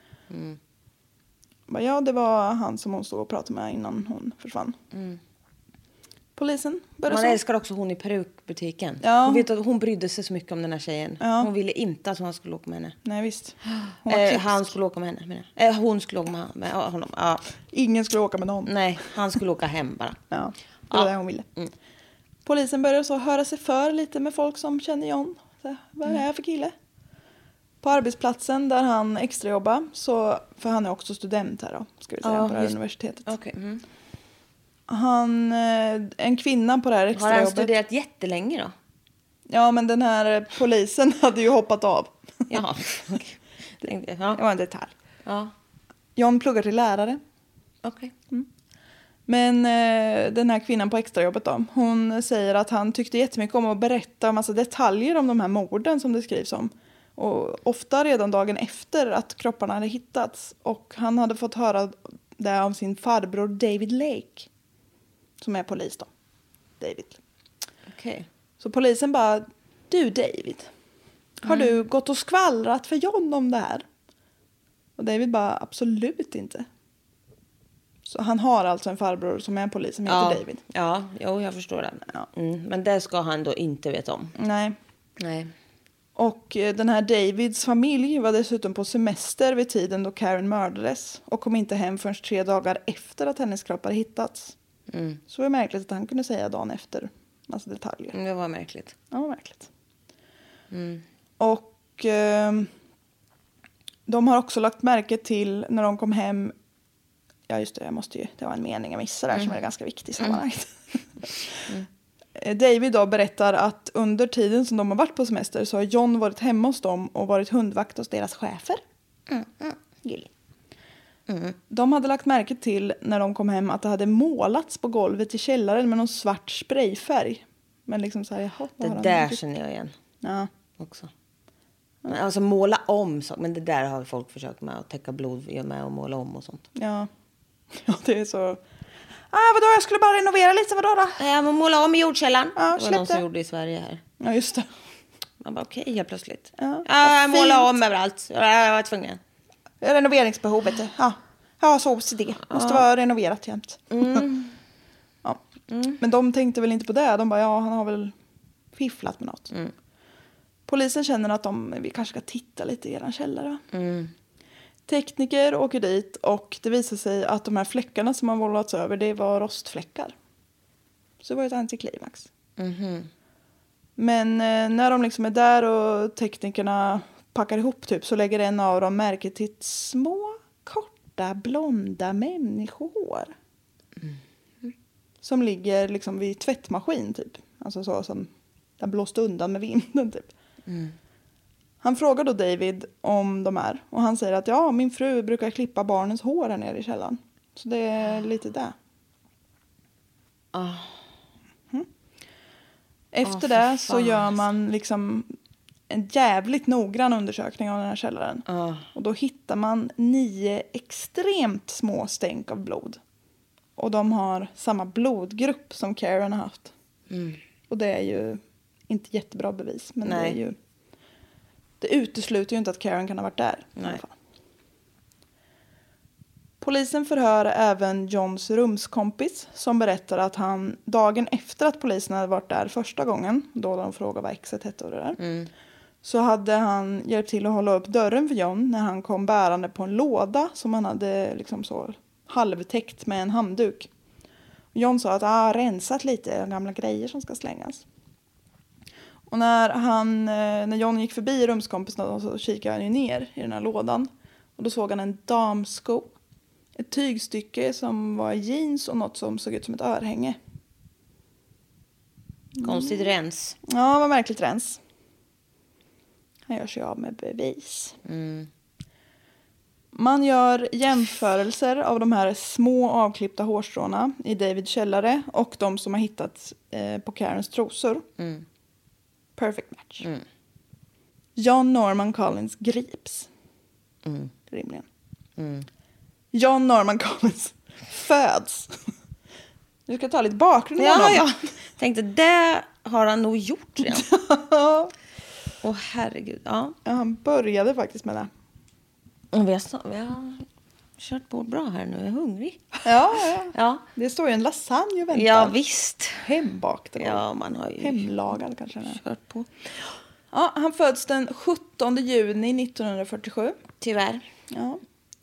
Speaker 5: Bara, ja, det var han som hon stod och pratade med innan hon försvann. Polisen började
Speaker 6: Man
Speaker 5: så.
Speaker 6: älskar också hon i perukbutiken.
Speaker 5: Ja.
Speaker 6: Hon vet att hon brydde sig så mycket om den här tjejen.
Speaker 5: Ja.
Speaker 6: Hon ville inte att han skulle åka med henne.
Speaker 5: Nej, visst. Hon var
Speaker 6: Han skulle åka med henne. Hon skulle åka med honom. Ja.
Speaker 5: Ingen skulle åka med någon.
Speaker 6: Nej, han skulle åka hem bara.
Speaker 5: Ja, det var det hon ville. Polisen började så höra sig för lite med folk som känner John. Så, vad är det här för kille? På arbetsplatsen där han extrajobbar, så, för han är också student här då, ska vi säga, på det här universitetet.
Speaker 6: Okay.
Speaker 5: En kvinna på det här extrajobbet.
Speaker 6: Har han studerat jättelänge då?
Speaker 5: Ja, men den här polisen hade ju hoppat av.
Speaker 6: Jaha, okej. Ja.
Speaker 5: Det var en detalj.
Speaker 6: Ja.
Speaker 5: John pluggar till lärare.
Speaker 6: Okej.
Speaker 5: Men den här kvinnan på extrajobbet då, hon säger att han tyckte jättemycket om att berätta en massa detaljer om de här morden som det skrivs om. Och ofta redan dagen efter att kropparna hade hittats. Och han hade fått höra det av sin farbror David Lake. Som är polis då. David.
Speaker 6: Okej.
Speaker 5: Så polisen bara, du David, har du gått och skvallrat för John om det här? Och David bara, absolut inte. Så han har alltså en farbror som är en polis som heter David.
Speaker 6: Ja, jag förstår det. Ja. Men det ska han då inte veta om.
Speaker 5: Nej.
Speaker 6: Nej.
Speaker 5: Och den här Davids familj var dessutom på semester vid tiden då Karen mördades. Och kom inte hem förrän 3 dagar efter att hennes kropp hade hittats. Så det är märkligt att han kunde säga dagen efter massa detaljer.
Speaker 6: Det var märkligt.
Speaker 5: Ja, det var märkligt. Och de har också lagt märke till när de kom hem. Ja just det, det var en mening jag missade där som är ganska viktig i sammanhanget. David då berättar att under tiden som de har varit på semester så har John varit hemma hos dem och varit hundvakt hos deras chefer. De hade lagt märke till när de kom hem att det hade målats på golvet i källaren med någon svart sprayfärg. Men liksom så här, jaha,
Speaker 6: det där känner jag igen.
Speaker 5: Ja.
Speaker 6: Också. Alltså måla om så, men det där har folk försökt med att täcka blod med och måla om och sånt.
Speaker 5: Ja, det är så. Vadå, jag skulle bara renovera lite, vadå då?
Speaker 6: Ja, men måla om i jordkällan.
Speaker 5: Ja,
Speaker 6: det var någon som gjorde i Sverige här.
Speaker 5: Ja, just det.
Speaker 6: Man bara okej, helt plötsligt.
Speaker 5: Ja,
Speaker 6: måla om överallt. Jag var tvungen.
Speaker 5: Renoveringsbehovet, ja, så OCD. Måste vara renoverat jämt. Ja. Men de tänkte väl inte på det. De bara, han har väl fifflat med något. Polisen känner att vi kanske ska titta lite i eran källare. Tekniker åker dit och det visar sig att de här fläckarna som har målats över, det var rostfläckar. Så det var ett antiklimax. Men när de liksom är där och teknikerna packar ihop typ, så lägger en av dem märke till små, korta, blonda människohår. Som ligger liksom vid tvättmaskin typ. Alltså så som den blåst undan med vinden typ. Han frågar då David om de är. Och han säger att min fru brukar klippa barnens hår här nere i källaren. Så det är lite där. Efter det så gör man liksom en jävligt noggrann undersökning av den här källaren. Och då hittar man 9 extremt små stänk av blod. Och de har samma blodgrupp som Karen har haft. Och det är ju inte jättebra bevis. Men
Speaker 6: Nej.
Speaker 5: Det utesluter ju inte att Karen kan ha varit där.
Speaker 6: Nej.
Speaker 5: Polisen förhör även Johns rumskompis som berättar att han dagen efter att polisen hade varit där första gången, då de frågade vad exet hette och det där, så hade han hjälpt till att hålla upp dörren för John när han kom bärande på en låda som han hade liksom så halvtäckt med en handduk. John sa att han rensat lite gamla grejer som ska slängas. Och när John gick förbi rumskompisen så kikade han ju ner i den här lådan. Och då såg han en damsko. Ett tygstycke som var jeans och något som såg ut som ett örhänge.
Speaker 6: Konstigt rens.
Speaker 5: Ja, det var märkligt rens. Han gör sig av med bevis. Man gör jämförelser av de här små avklippta hårstråna i Davids källare och de som har hittats på Karens trosor. Perfect match. John Norman Collins grips. Rimligen. John Norman Collins föds. Du ska ta lite bakgrund.
Speaker 6: Ja. Tänkte, det har han nog gjort redan. Herregud. Ja,
Speaker 5: han började faktiskt med det.
Speaker 6: Vi har kört på bra här nu. Jag är hungrig.
Speaker 5: Ja. Det står ju en lasagne och väntar.
Speaker 6: Ja, visst.
Speaker 5: Hembakt.
Speaker 6: Ja, man har ju
Speaker 5: hemlagad kanske.
Speaker 6: Kört på.
Speaker 5: Ja, han föds den 17 juni 1947.
Speaker 6: Tyvärr.
Speaker 5: Ja.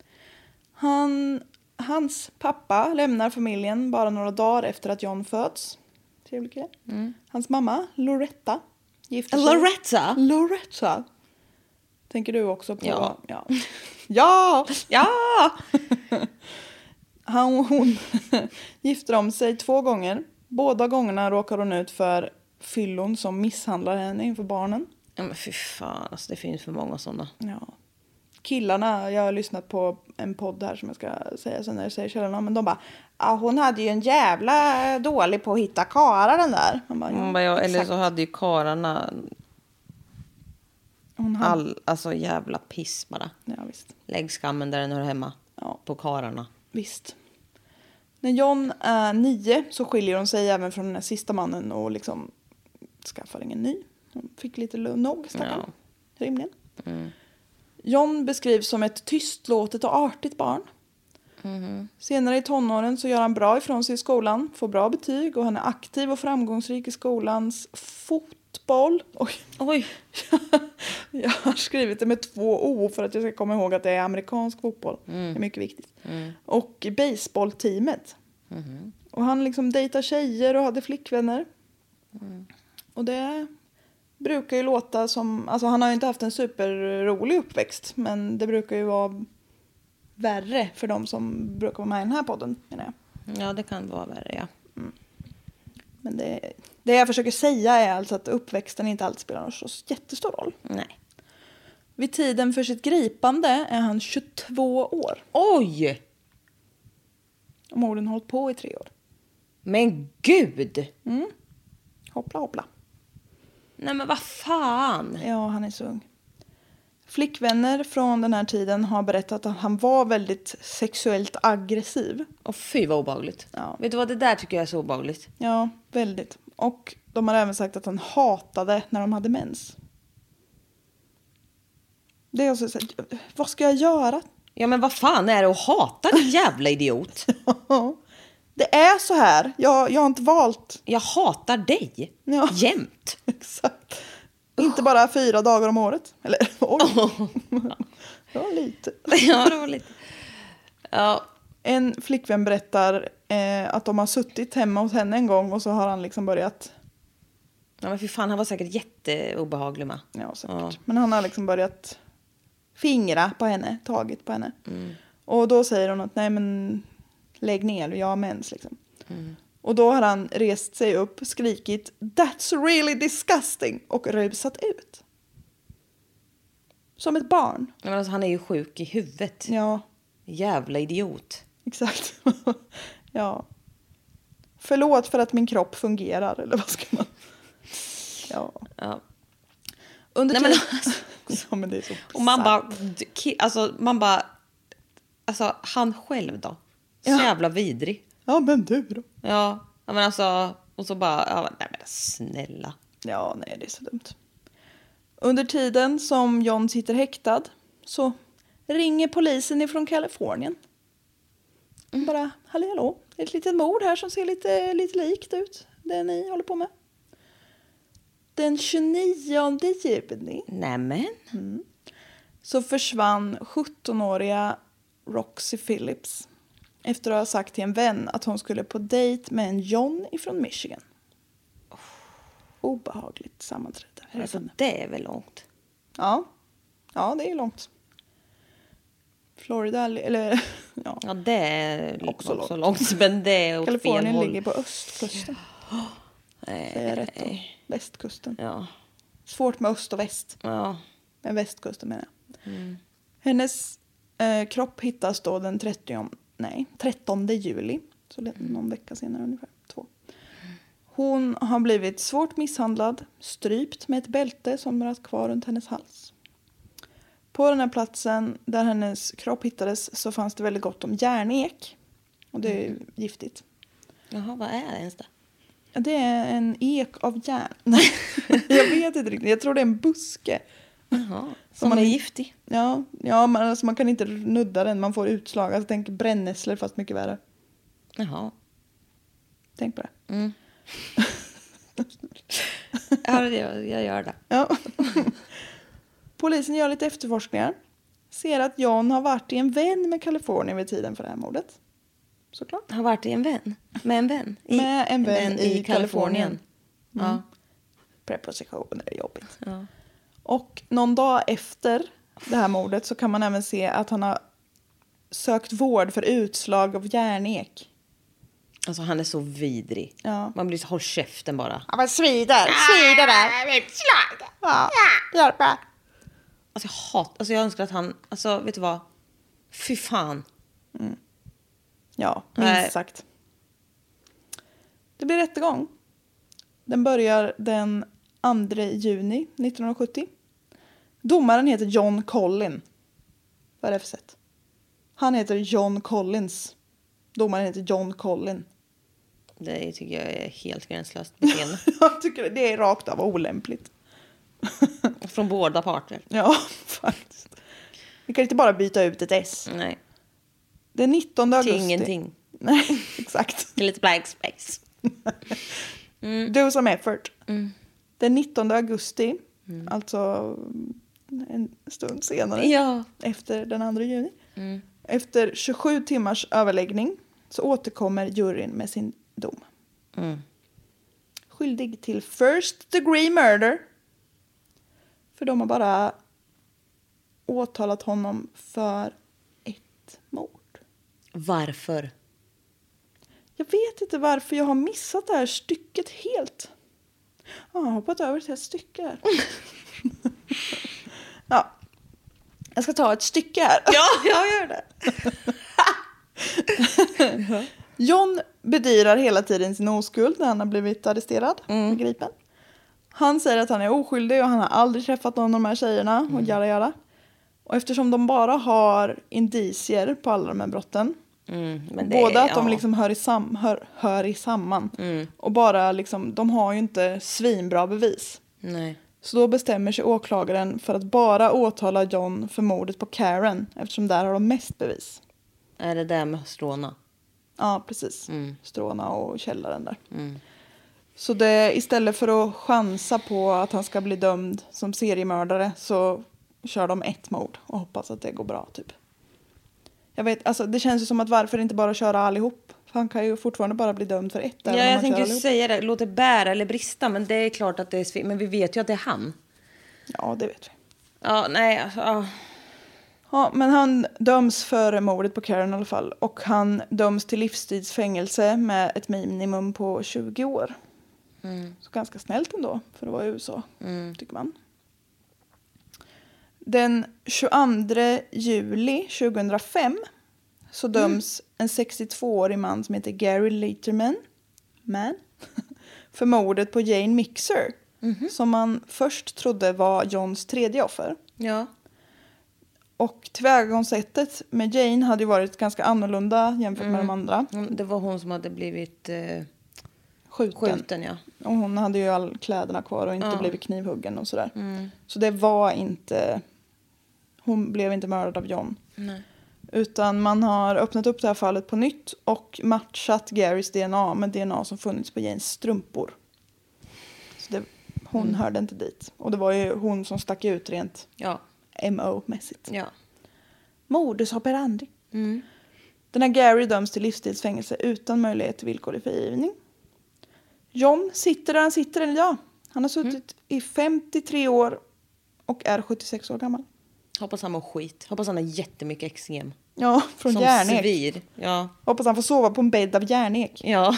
Speaker 5: Hans pappa lämnar familjen bara några dagar efter att John föds. Trevlig kille. Hans mamma, Loretta, gifter sig. Loretta. Tänker du också på? Ja. Hon gifter om sig 2 gånger. Båda gångerna råkar hon ut för fyllon som misshandlar henne inför barnen.
Speaker 6: Ja, men fy fan, alltså, det finns för många sådana.
Speaker 5: Ja. Killarna, jag har lyssnat på en podd här som jag ska säga sen när jag säger källorna, men de bara, hon hade ju en jävla dålig på att hitta karar den där.
Speaker 6: Eller så hade ju kararna alltså jävla piss bara.
Speaker 5: Ja, visst.
Speaker 6: Lägg skammen där den hör hemma. På kararna.
Speaker 5: Visst. När John är 9 så skiljer hon sig även från den här sista mannen och liksom skaffar ingen ny. Hon fick lite nog, stackarn. Rimligen. John beskrivs som ett tystlåtet och artigt barn. Senare i tonåren så gör han bra ifrån sig i skolan, får bra betyg och han är aktiv och framgångsrik i skolans fotboll. Oj. Jag har skrivit det med 2 O för att jag ska komma ihåg att det är amerikansk fotboll. Det är mycket viktigt. Och baseballteamet. Och han liksom dejtar tjejer och hade flickvänner. Och det brukar ju låta som, alltså han har ju inte haft en superrolig uppväxt, men det brukar ju vara värre för de som brukar vara med i den här podden, menar jag.
Speaker 6: Ja, det kan vara värre, ja.
Speaker 5: Men det jag försöker säga är alltså att uppväxten inte alltid spelar någon så jättestor roll.
Speaker 6: Nej.
Speaker 5: Vid tiden för sitt gripande är han 22 år.
Speaker 6: Oj!
Speaker 5: Och morden har hållit på i 3 år.
Speaker 6: Men gud!
Speaker 5: Hoppla.
Speaker 6: Nej, men vad fan?
Speaker 5: Ja, han är så ung. Flickvänner från den här tiden har berättat att han var väldigt sexuellt aggressiv.
Speaker 6: Och fy vad obehagligt.
Speaker 5: Ja.
Speaker 6: Vet du vad, det där tycker jag är så obehagligt.
Speaker 5: Ja, väldigt. Och de har även sagt att han hatade när de hade mens. Det är också så här, vad ska jag göra?
Speaker 6: Ja, men vad fan är det att hata, din jävla idiot?
Speaker 5: Det är så här. Jag har inte valt.
Speaker 6: Jag hatar dig.
Speaker 5: Ja.
Speaker 6: Jämt.
Speaker 5: Exakt. Inte bara 4 dagar om året. Eller, oj. Det var lite.
Speaker 6: Ja, det var lite. Ja.
Speaker 5: En flickvän berättar att de har suttit hemma hos henne en gång och så har han liksom börjat.
Speaker 6: Ja, men för fan, han var säkert jätteobehaglig med.
Speaker 5: Ja, säkert.
Speaker 6: Ja.
Speaker 5: Men han har liksom börjat fingra på henne, tagit på henne. Och då säger hon att nej men lägg ner, jag har mens liksom. Och då har han rest sig upp, skrikit "That's really disgusting" och rusat ut. Som ett barn.
Speaker 6: Ja, men alltså, han är ju sjuk i huvudet.
Speaker 5: Ja,
Speaker 6: Jävla idiot.
Speaker 5: exakt. Ja. Förlåt för att min kropp fungerar, eller vad ska man... Ja. Under
Speaker 6: Nej, men
Speaker 5: ja, men det är så
Speaker 6: och man bara, alltså han själv då. Så
Speaker 5: Ja.
Speaker 6: jävla vidrig.
Speaker 5: Ja, men du då?
Speaker 6: Ja, men alltså, och så bara, ja, nej men snälla.
Speaker 5: Ja, nej, det är så dumt. Under tiden som John sitter häktad så ringer polisen ifrån Kalifornien. Bara, hallå, det är ett litet mord här som ser lite likt ut. Det ni håller på med. Den 29 juni
Speaker 6: Nämen.
Speaker 5: så försvann 17-åriga Roxy Phillips efter att ha sagt till en vän att hon skulle på dejt med en John ifrån Michigan. Obehagligt sammanträde.
Speaker 6: Alltså, det är väl långt.
Speaker 5: Ja, det är långt. Florida, eller ja.
Speaker 6: Ja, det är
Speaker 5: Också
Speaker 6: långt. Men det är åt fel
Speaker 5: Kalifornien
Speaker 6: håll.
Speaker 5: ligger på östkusten. Säger jag rätt då? Västkusten.
Speaker 6: Ja.
Speaker 5: Svårt med öst och väst.
Speaker 6: Ja.
Speaker 5: Men västkusten menar jag. Hennes kropp hittas då den 13 juli. Så det är någon vecka senare ungefär. 2. Hon har blivit svårt misshandlad. Strypt med ett bälte som varit kvar runt hennes hals. På den här platsen där hennes kropp hittades så fanns det väldigt gott om järnek. Och det är giftigt.
Speaker 6: Jaha, vad är det ens det?
Speaker 5: Det är en ek av järn. Jag vet inte riktigt. Jag tror det är en buske.
Speaker 6: Jaha, som är giftig.
Speaker 5: Ja, men alltså man kan inte nudda den. Man får utslag. Alltså tänk brännässlor fast mycket värre.
Speaker 6: Jaha.
Speaker 5: Tänk på det.
Speaker 6: Ja, jag gör det.
Speaker 5: Ja. Polisen gör lite efterforskningar. Ser att John har varit i en vän med Kalifornien vid tiden för det här mordet. Såklart.
Speaker 6: Har varit i en vän? Med en vän?
Speaker 5: Med en vän i Kalifornien.
Speaker 6: Ja.
Speaker 5: Prepositioner är jobbigt.
Speaker 6: Ja.
Speaker 5: Och någon dag efter det här mordet så kan man även se att han har sökt vård för utslag av järnek.
Speaker 6: Alltså han är så vidrig.
Speaker 5: Ja.
Speaker 6: Man blir så, håll käften bara.
Speaker 5: Ja, men svider där. Ja, hjälp mig.
Speaker 6: Alltså jag önskar att han, alltså vet du vad? Fy fan.
Speaker 5: Ja,
Speaker 6: Nej.
Speaker 5: minst sagt. Det blir rättegång. Den börjar den 2 juni 1970. Domaren heter John Collin. Vad är det för sätt? Han heter John Collins. Domaren heter John Collin.
Speaker 6: Det tycker jag är helt gränslöst beteende.
Speaker 5: Jag tycker det är rakt av olämpligt.
Speaker 6: Från båda parter.
Speaker 5: Ja, faktiskt. Vi kan inte bara byta ut ett S.
Speaker 6: Nej.
Speaker 5: Det är 19 augusti.
Speaker 6: Till ingenting.
Speaker 5: Nej, exakt.
Speaker 6: Lite blank space.
Speaker 5: Do some effort. Den 19 augusti, alltså en stund senare,
Speaker 6: Ja.
Speaker 5: efter den 2 juni. Efter 27 timmars överläggning så återkommer juryn med sin dom. Skyldig till first degree murder. För de har bara åtalat honom för ett mord.
Speaker 6: Varför?
Speaker 5: Jag vet inte varför jag har missat det här stycket helt. Jag har hoppat över till ett stycke här. Ja. Jag ska ta ett stycke här.
Speaker 6: Ja, jag gör det.
Speaker 5: John bedyrar hela tiden sin oskuld när han har blivit arresterad och gripen. Han säger att han är oskyldig och han har aldrig träffat någon av de här tjejerna och göra. Och eftersom de bara har indicier på alla de här brotten.
Speaker 6: Men det,
Speaker 5: både att de liksom hör i samman. Och bara liksom, de har ju inte svinbra bevis.
Speaker 6: Nej.
Speaker 5: Så då bestämmer sig åklagaren för att bara åtala John för mordet på Karen. Eftersom där har de mest bevis.
Speaker 6: Är det där med stråna?
Speaker 5: Ja, precis. Stråna och källaren där. Så det, istället för att chansa på att han ska bli dömd som seriemördare så kör de ett mord och hoppas att det går bra typ. Jag vet, alltså det känns ju som att varför inte bara köra allihop? För han kan ju fortfarande bara bli dömd för ett.
Speaker 6: Ja, jag tänkte ju säga det. Låt det bära eller brista, men det är klart att det är men vi vet ju att det är han.
Speaker 5: Ja, det vet vi.
Speaker 6: Ja, nej, alltså, ja.
Speaker 5: Ja, men han döms för mordet på Karen i alla fall. Och han döms till livstidsfängelse med ett minimum på 20 år. Så ganska snällt ändå för att vara i USA, tycker man. Den 22 juli 2005 så döms en 62-årig man som heter Gary Leiterman för mordet på Jane Mixer. Som man först trodde var Johns tredje offer.
Speaker 6: Ja.
Speaker 5: Och tillvägagångssättet med Jane hade ju varit ganska annorlunda jämfört med de andra.
Speaker 6: Det var hon som hade blivit
Speaker 5: Skjuten,
Speaker 6: ja.
Speaker 5: Och hon hade ju all kläderna kvar och inte blivit knivhuggen och sådär. Så det var inte... Hon blev inte mördad av John.
Speaker 6: Nej.
Speaker 5: Utan man har öppnat upp det här fallet på nytt och matchat Garys DNA med DNA som funnits på Janes strumpor. Så det, hon hörde inte dit. Och det var ju hon som stack ut rent MO-mässigt.
Speaker 6: Ja.
Speaker 5: Modus operandi. Den här Gary döms till livstidsfängelse utan möjlighet till villkorlig frigivning. John sitter där han sitter än idag. Han har suttit i 53 år och är 76 år gammal.
Speaker 6: Hoppas han mår skit. Hoppas han har jättemycket eksem.
Speaker 5: Ja, från
Speaker 6: som
Speaker 5: järnek.
Speaker 6: Svir. Ja.
Speaker 5: Hoppas han får sova på en bädd av järnek.
Speaker 6: Ja.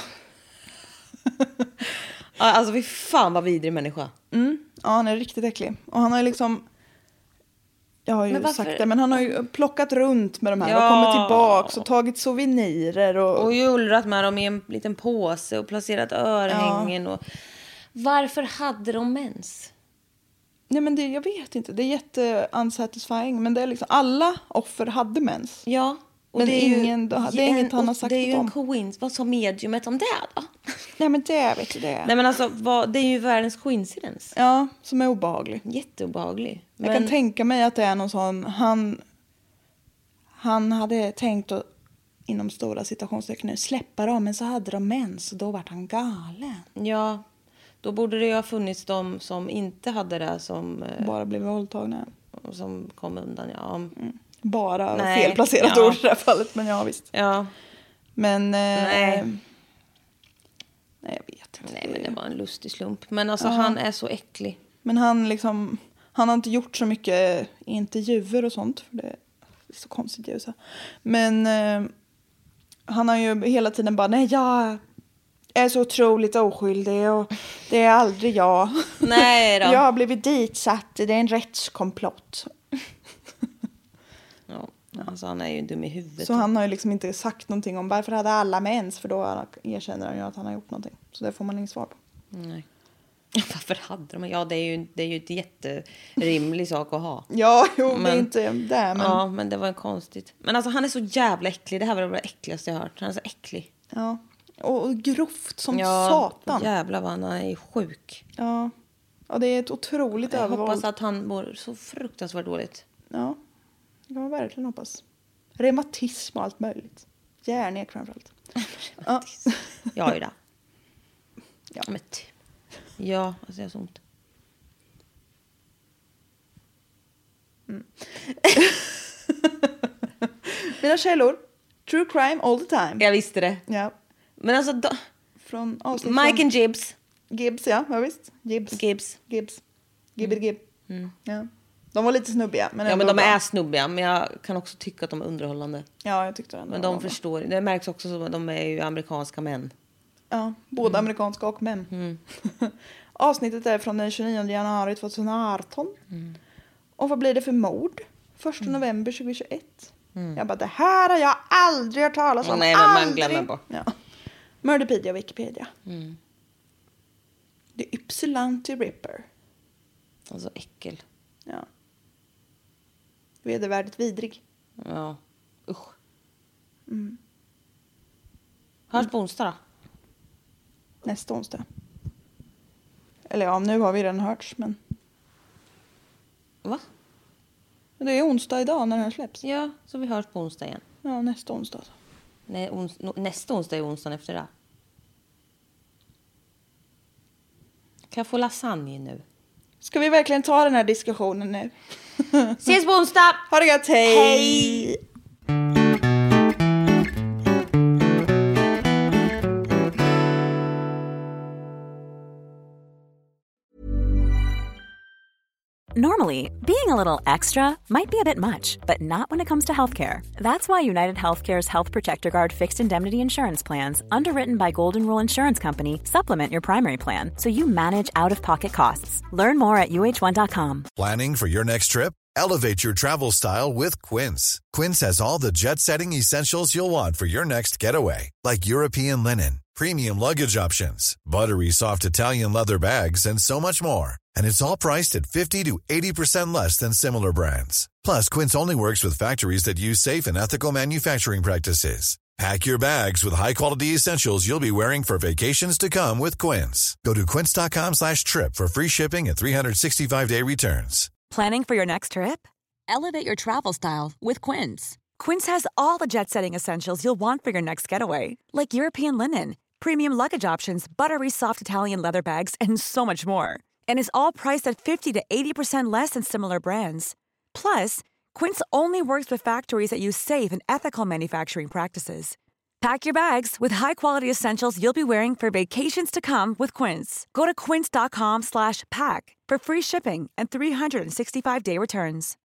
Speaker 6: Alltså vi fan vad vidrig människa.
Speaker 5: Ja, han är riktigt äcklig. Och han har ju liksom... Jag har ju sagt det, men han har ju plockat runt med de här och kommit tillbaka och tagit souvenirer.
Speaker 6: Och jullrat med dem i en liten påse och placerat örhängen. Och... Varför hade de mens?
Speaker 5: Nej, men det, jag vet inte. Det är jätte-unsatisfying. Men det är liksom... Alla offer hade mens.
Speaker 6: Ja. Och
Speaker 5: men
Speaker 6: det är
Speaker 5: ingen, det är inget han har sagt om.
Speaker 6: Det är ju en coincidence. Vad sa mediumet om det då?
Speaker 5: Nej, men det vet du det.
Speaker 6: Nej, men alltså, det är ju världens coincidence.
Speaker 5: Ja, som är obehaglig.
Speaker 6: Jätteobehaglig.
Speaker 5: Jag kan tänka mig att det är någon sån... Han hade tänkt att, inom stora citationstecken, släppa dem. Men så hade de mens och då var han galen.
Speaker 6: Ja, då borde det ju ha funnits de som inte hade det som...
Speaker 5: Bara blev våldtagna.
Speaker 6: Som kom undan, ja.
Speaker 5: Bara felplacerat ord i det här fallet, men ja, visst.
Speaker 6: Ja.
Speaker 5: Men... Nej, jag vet inte.
Speaker 6: Nej, men det var en lustig slump. Men alltså, han är så äcklig.
Speaker 5: Men han har inte gjort så mycket intervjuer och sånt. För det är så konstigt ljus. Men han har ju hela tiden bara, nej, jag är så otroligt oskyldig och det är aldrig jag.
Speaker 6: Nej då.
Speaker 5: Jag har blivit ditsatt, det är en rättskomplott.
Speaker 6: Ja, alltså han är ju dum i huvudet.
Speaker 5: Så han har ju liksom inte sagt någonting om varför hade alla mens, för då erkänner han ju att han har gjort någonting. Så det får man inget svar på.
Speaker 6: Nej. Varför hade de? Ja, det är ju ett jätterimlig sak att ha.
Speaker 5: Ja, jo, men, det är inte det. Men...
Speaker 6: Ja, men det var konstigt. Men alltså han är så jävla äcklig. Det här var det äckligaste jag hört. Han är så äcklig.
Speaker 5: Ja, Och grovt som satan.
Speaker 6: Jävlar vad han är sjuk.
Speaker 5: Ja, det är ett otroligt
Speaker 6: Jag
Speaker 5: övervåld.
Speaker 6: hoppas att han mår så fruktansvärt dåligt.
Speaker 5: Ja, det kan man verkligen hoppas. Reumatism och allt möjligt. Hjärnek framförallt. Ja.
Speaker 6: Jag har ju det.
Speaker 5: Ja.
Speaker 6: Men ja, alltså jag har så ont.
Speaker 5: Mina källor. True crime all the time.
Speaker 6: Jag visste det.
Speaker 5: Ja.
Speaker 6: Men alltså...
Speaker 5: Från avsnitt
Speaker 6: Mike and Gibbs.
Speaker 5: Gibbs, ja visst. Gibbs. Gibb. Ja. De var lite snubbiga. Men
Speaker 6: Men de är snubbiga. Men jag kan också tycka att de är underhållande.
Speaker 5: Ja, jag tyckte det.
Speaker 6: Men de förstår. Det märks också som att de är ju amerikanska män.
Speaker 5: Ja, både amerikanska och män. Avsnittet är från den 29 januari 2018. Och vad blir det för mord? 1 november 2021. Jag bara, det här har jag aldrig hört talas om.
Speaker 6: Nej, men man glömmer bort.
Speaker 5: Ja. Murderpedia och Wikipedia. Det är Ypsilanti Ripper.
Speaker 6: Alltså äckel.
Speaker 5: Ja. Vedervärdigt vidrig.
Speaker 6: Ja, usch. Hörs på onsdag då?
Speaker 5: Nästa onsdag. Eller ja, nu har vi redan hörts, men...
Speaker 6: Va?
Speaker 5: Det är onsdag idag när den här släpps.
Speaker 6: Ja, så vi hörs på onsdag igen.
Speaker 5: Ja, nästa onsdag.
Speaker 6: Nej, nästa onsdag är onsdagen efter det. Kan jag få lasagne nu?
Speaker 5: Ska vi verkligen ta den här diskussionen nu?
Speaker 6: Ses på onsdag!
Speaker 5: Ha det gött, hej!
Speaker 6: Hej!
Speaker 2: Normally, being a little extra might be a bit much, but not when it comes to healthcare. That's why United Healthcare's Health Protector Guard fixed indemnity insurance plans, underwritten by Golden Rule Insurance Company, supplement your primary plan so you manage out-of-pocket costs. Learn more at uh1.com.
Speaker 1: Planning for your next trip? Elevate your travel style with Quince. Quince has all the jet-setting essentials you'll want for your next getaway, like European linen, premium luggage options, buttery soft Italian leather bags, and so much more. And it's all priced at 50 to 80% less than similar brands. Plus, Quince only works with factories that use safe and ethical manufacturing practices. Pack your bags with high-quality essentials you'll be wearing for vacations to come with Quince. Go to quince.com/trip for free shipping and 365-day returns.
Speaker 7: Planning for your next trip? Elevate your travel style with Quince. Quince has all the jet-setting essentials you'll want for your next getaway, like European linen, premium luggage options, buttery soft Italian leather bags, and so much more. And is all priced at 50 to 80% less than similar brands. Plus, Quince only works with factories that use safe and ethical manufacturing practices. Pack your bags with high-quality essentials you'll be wearing for vacations to come with Quince. Go to quince.com/pack for free shipping and 365-day returns.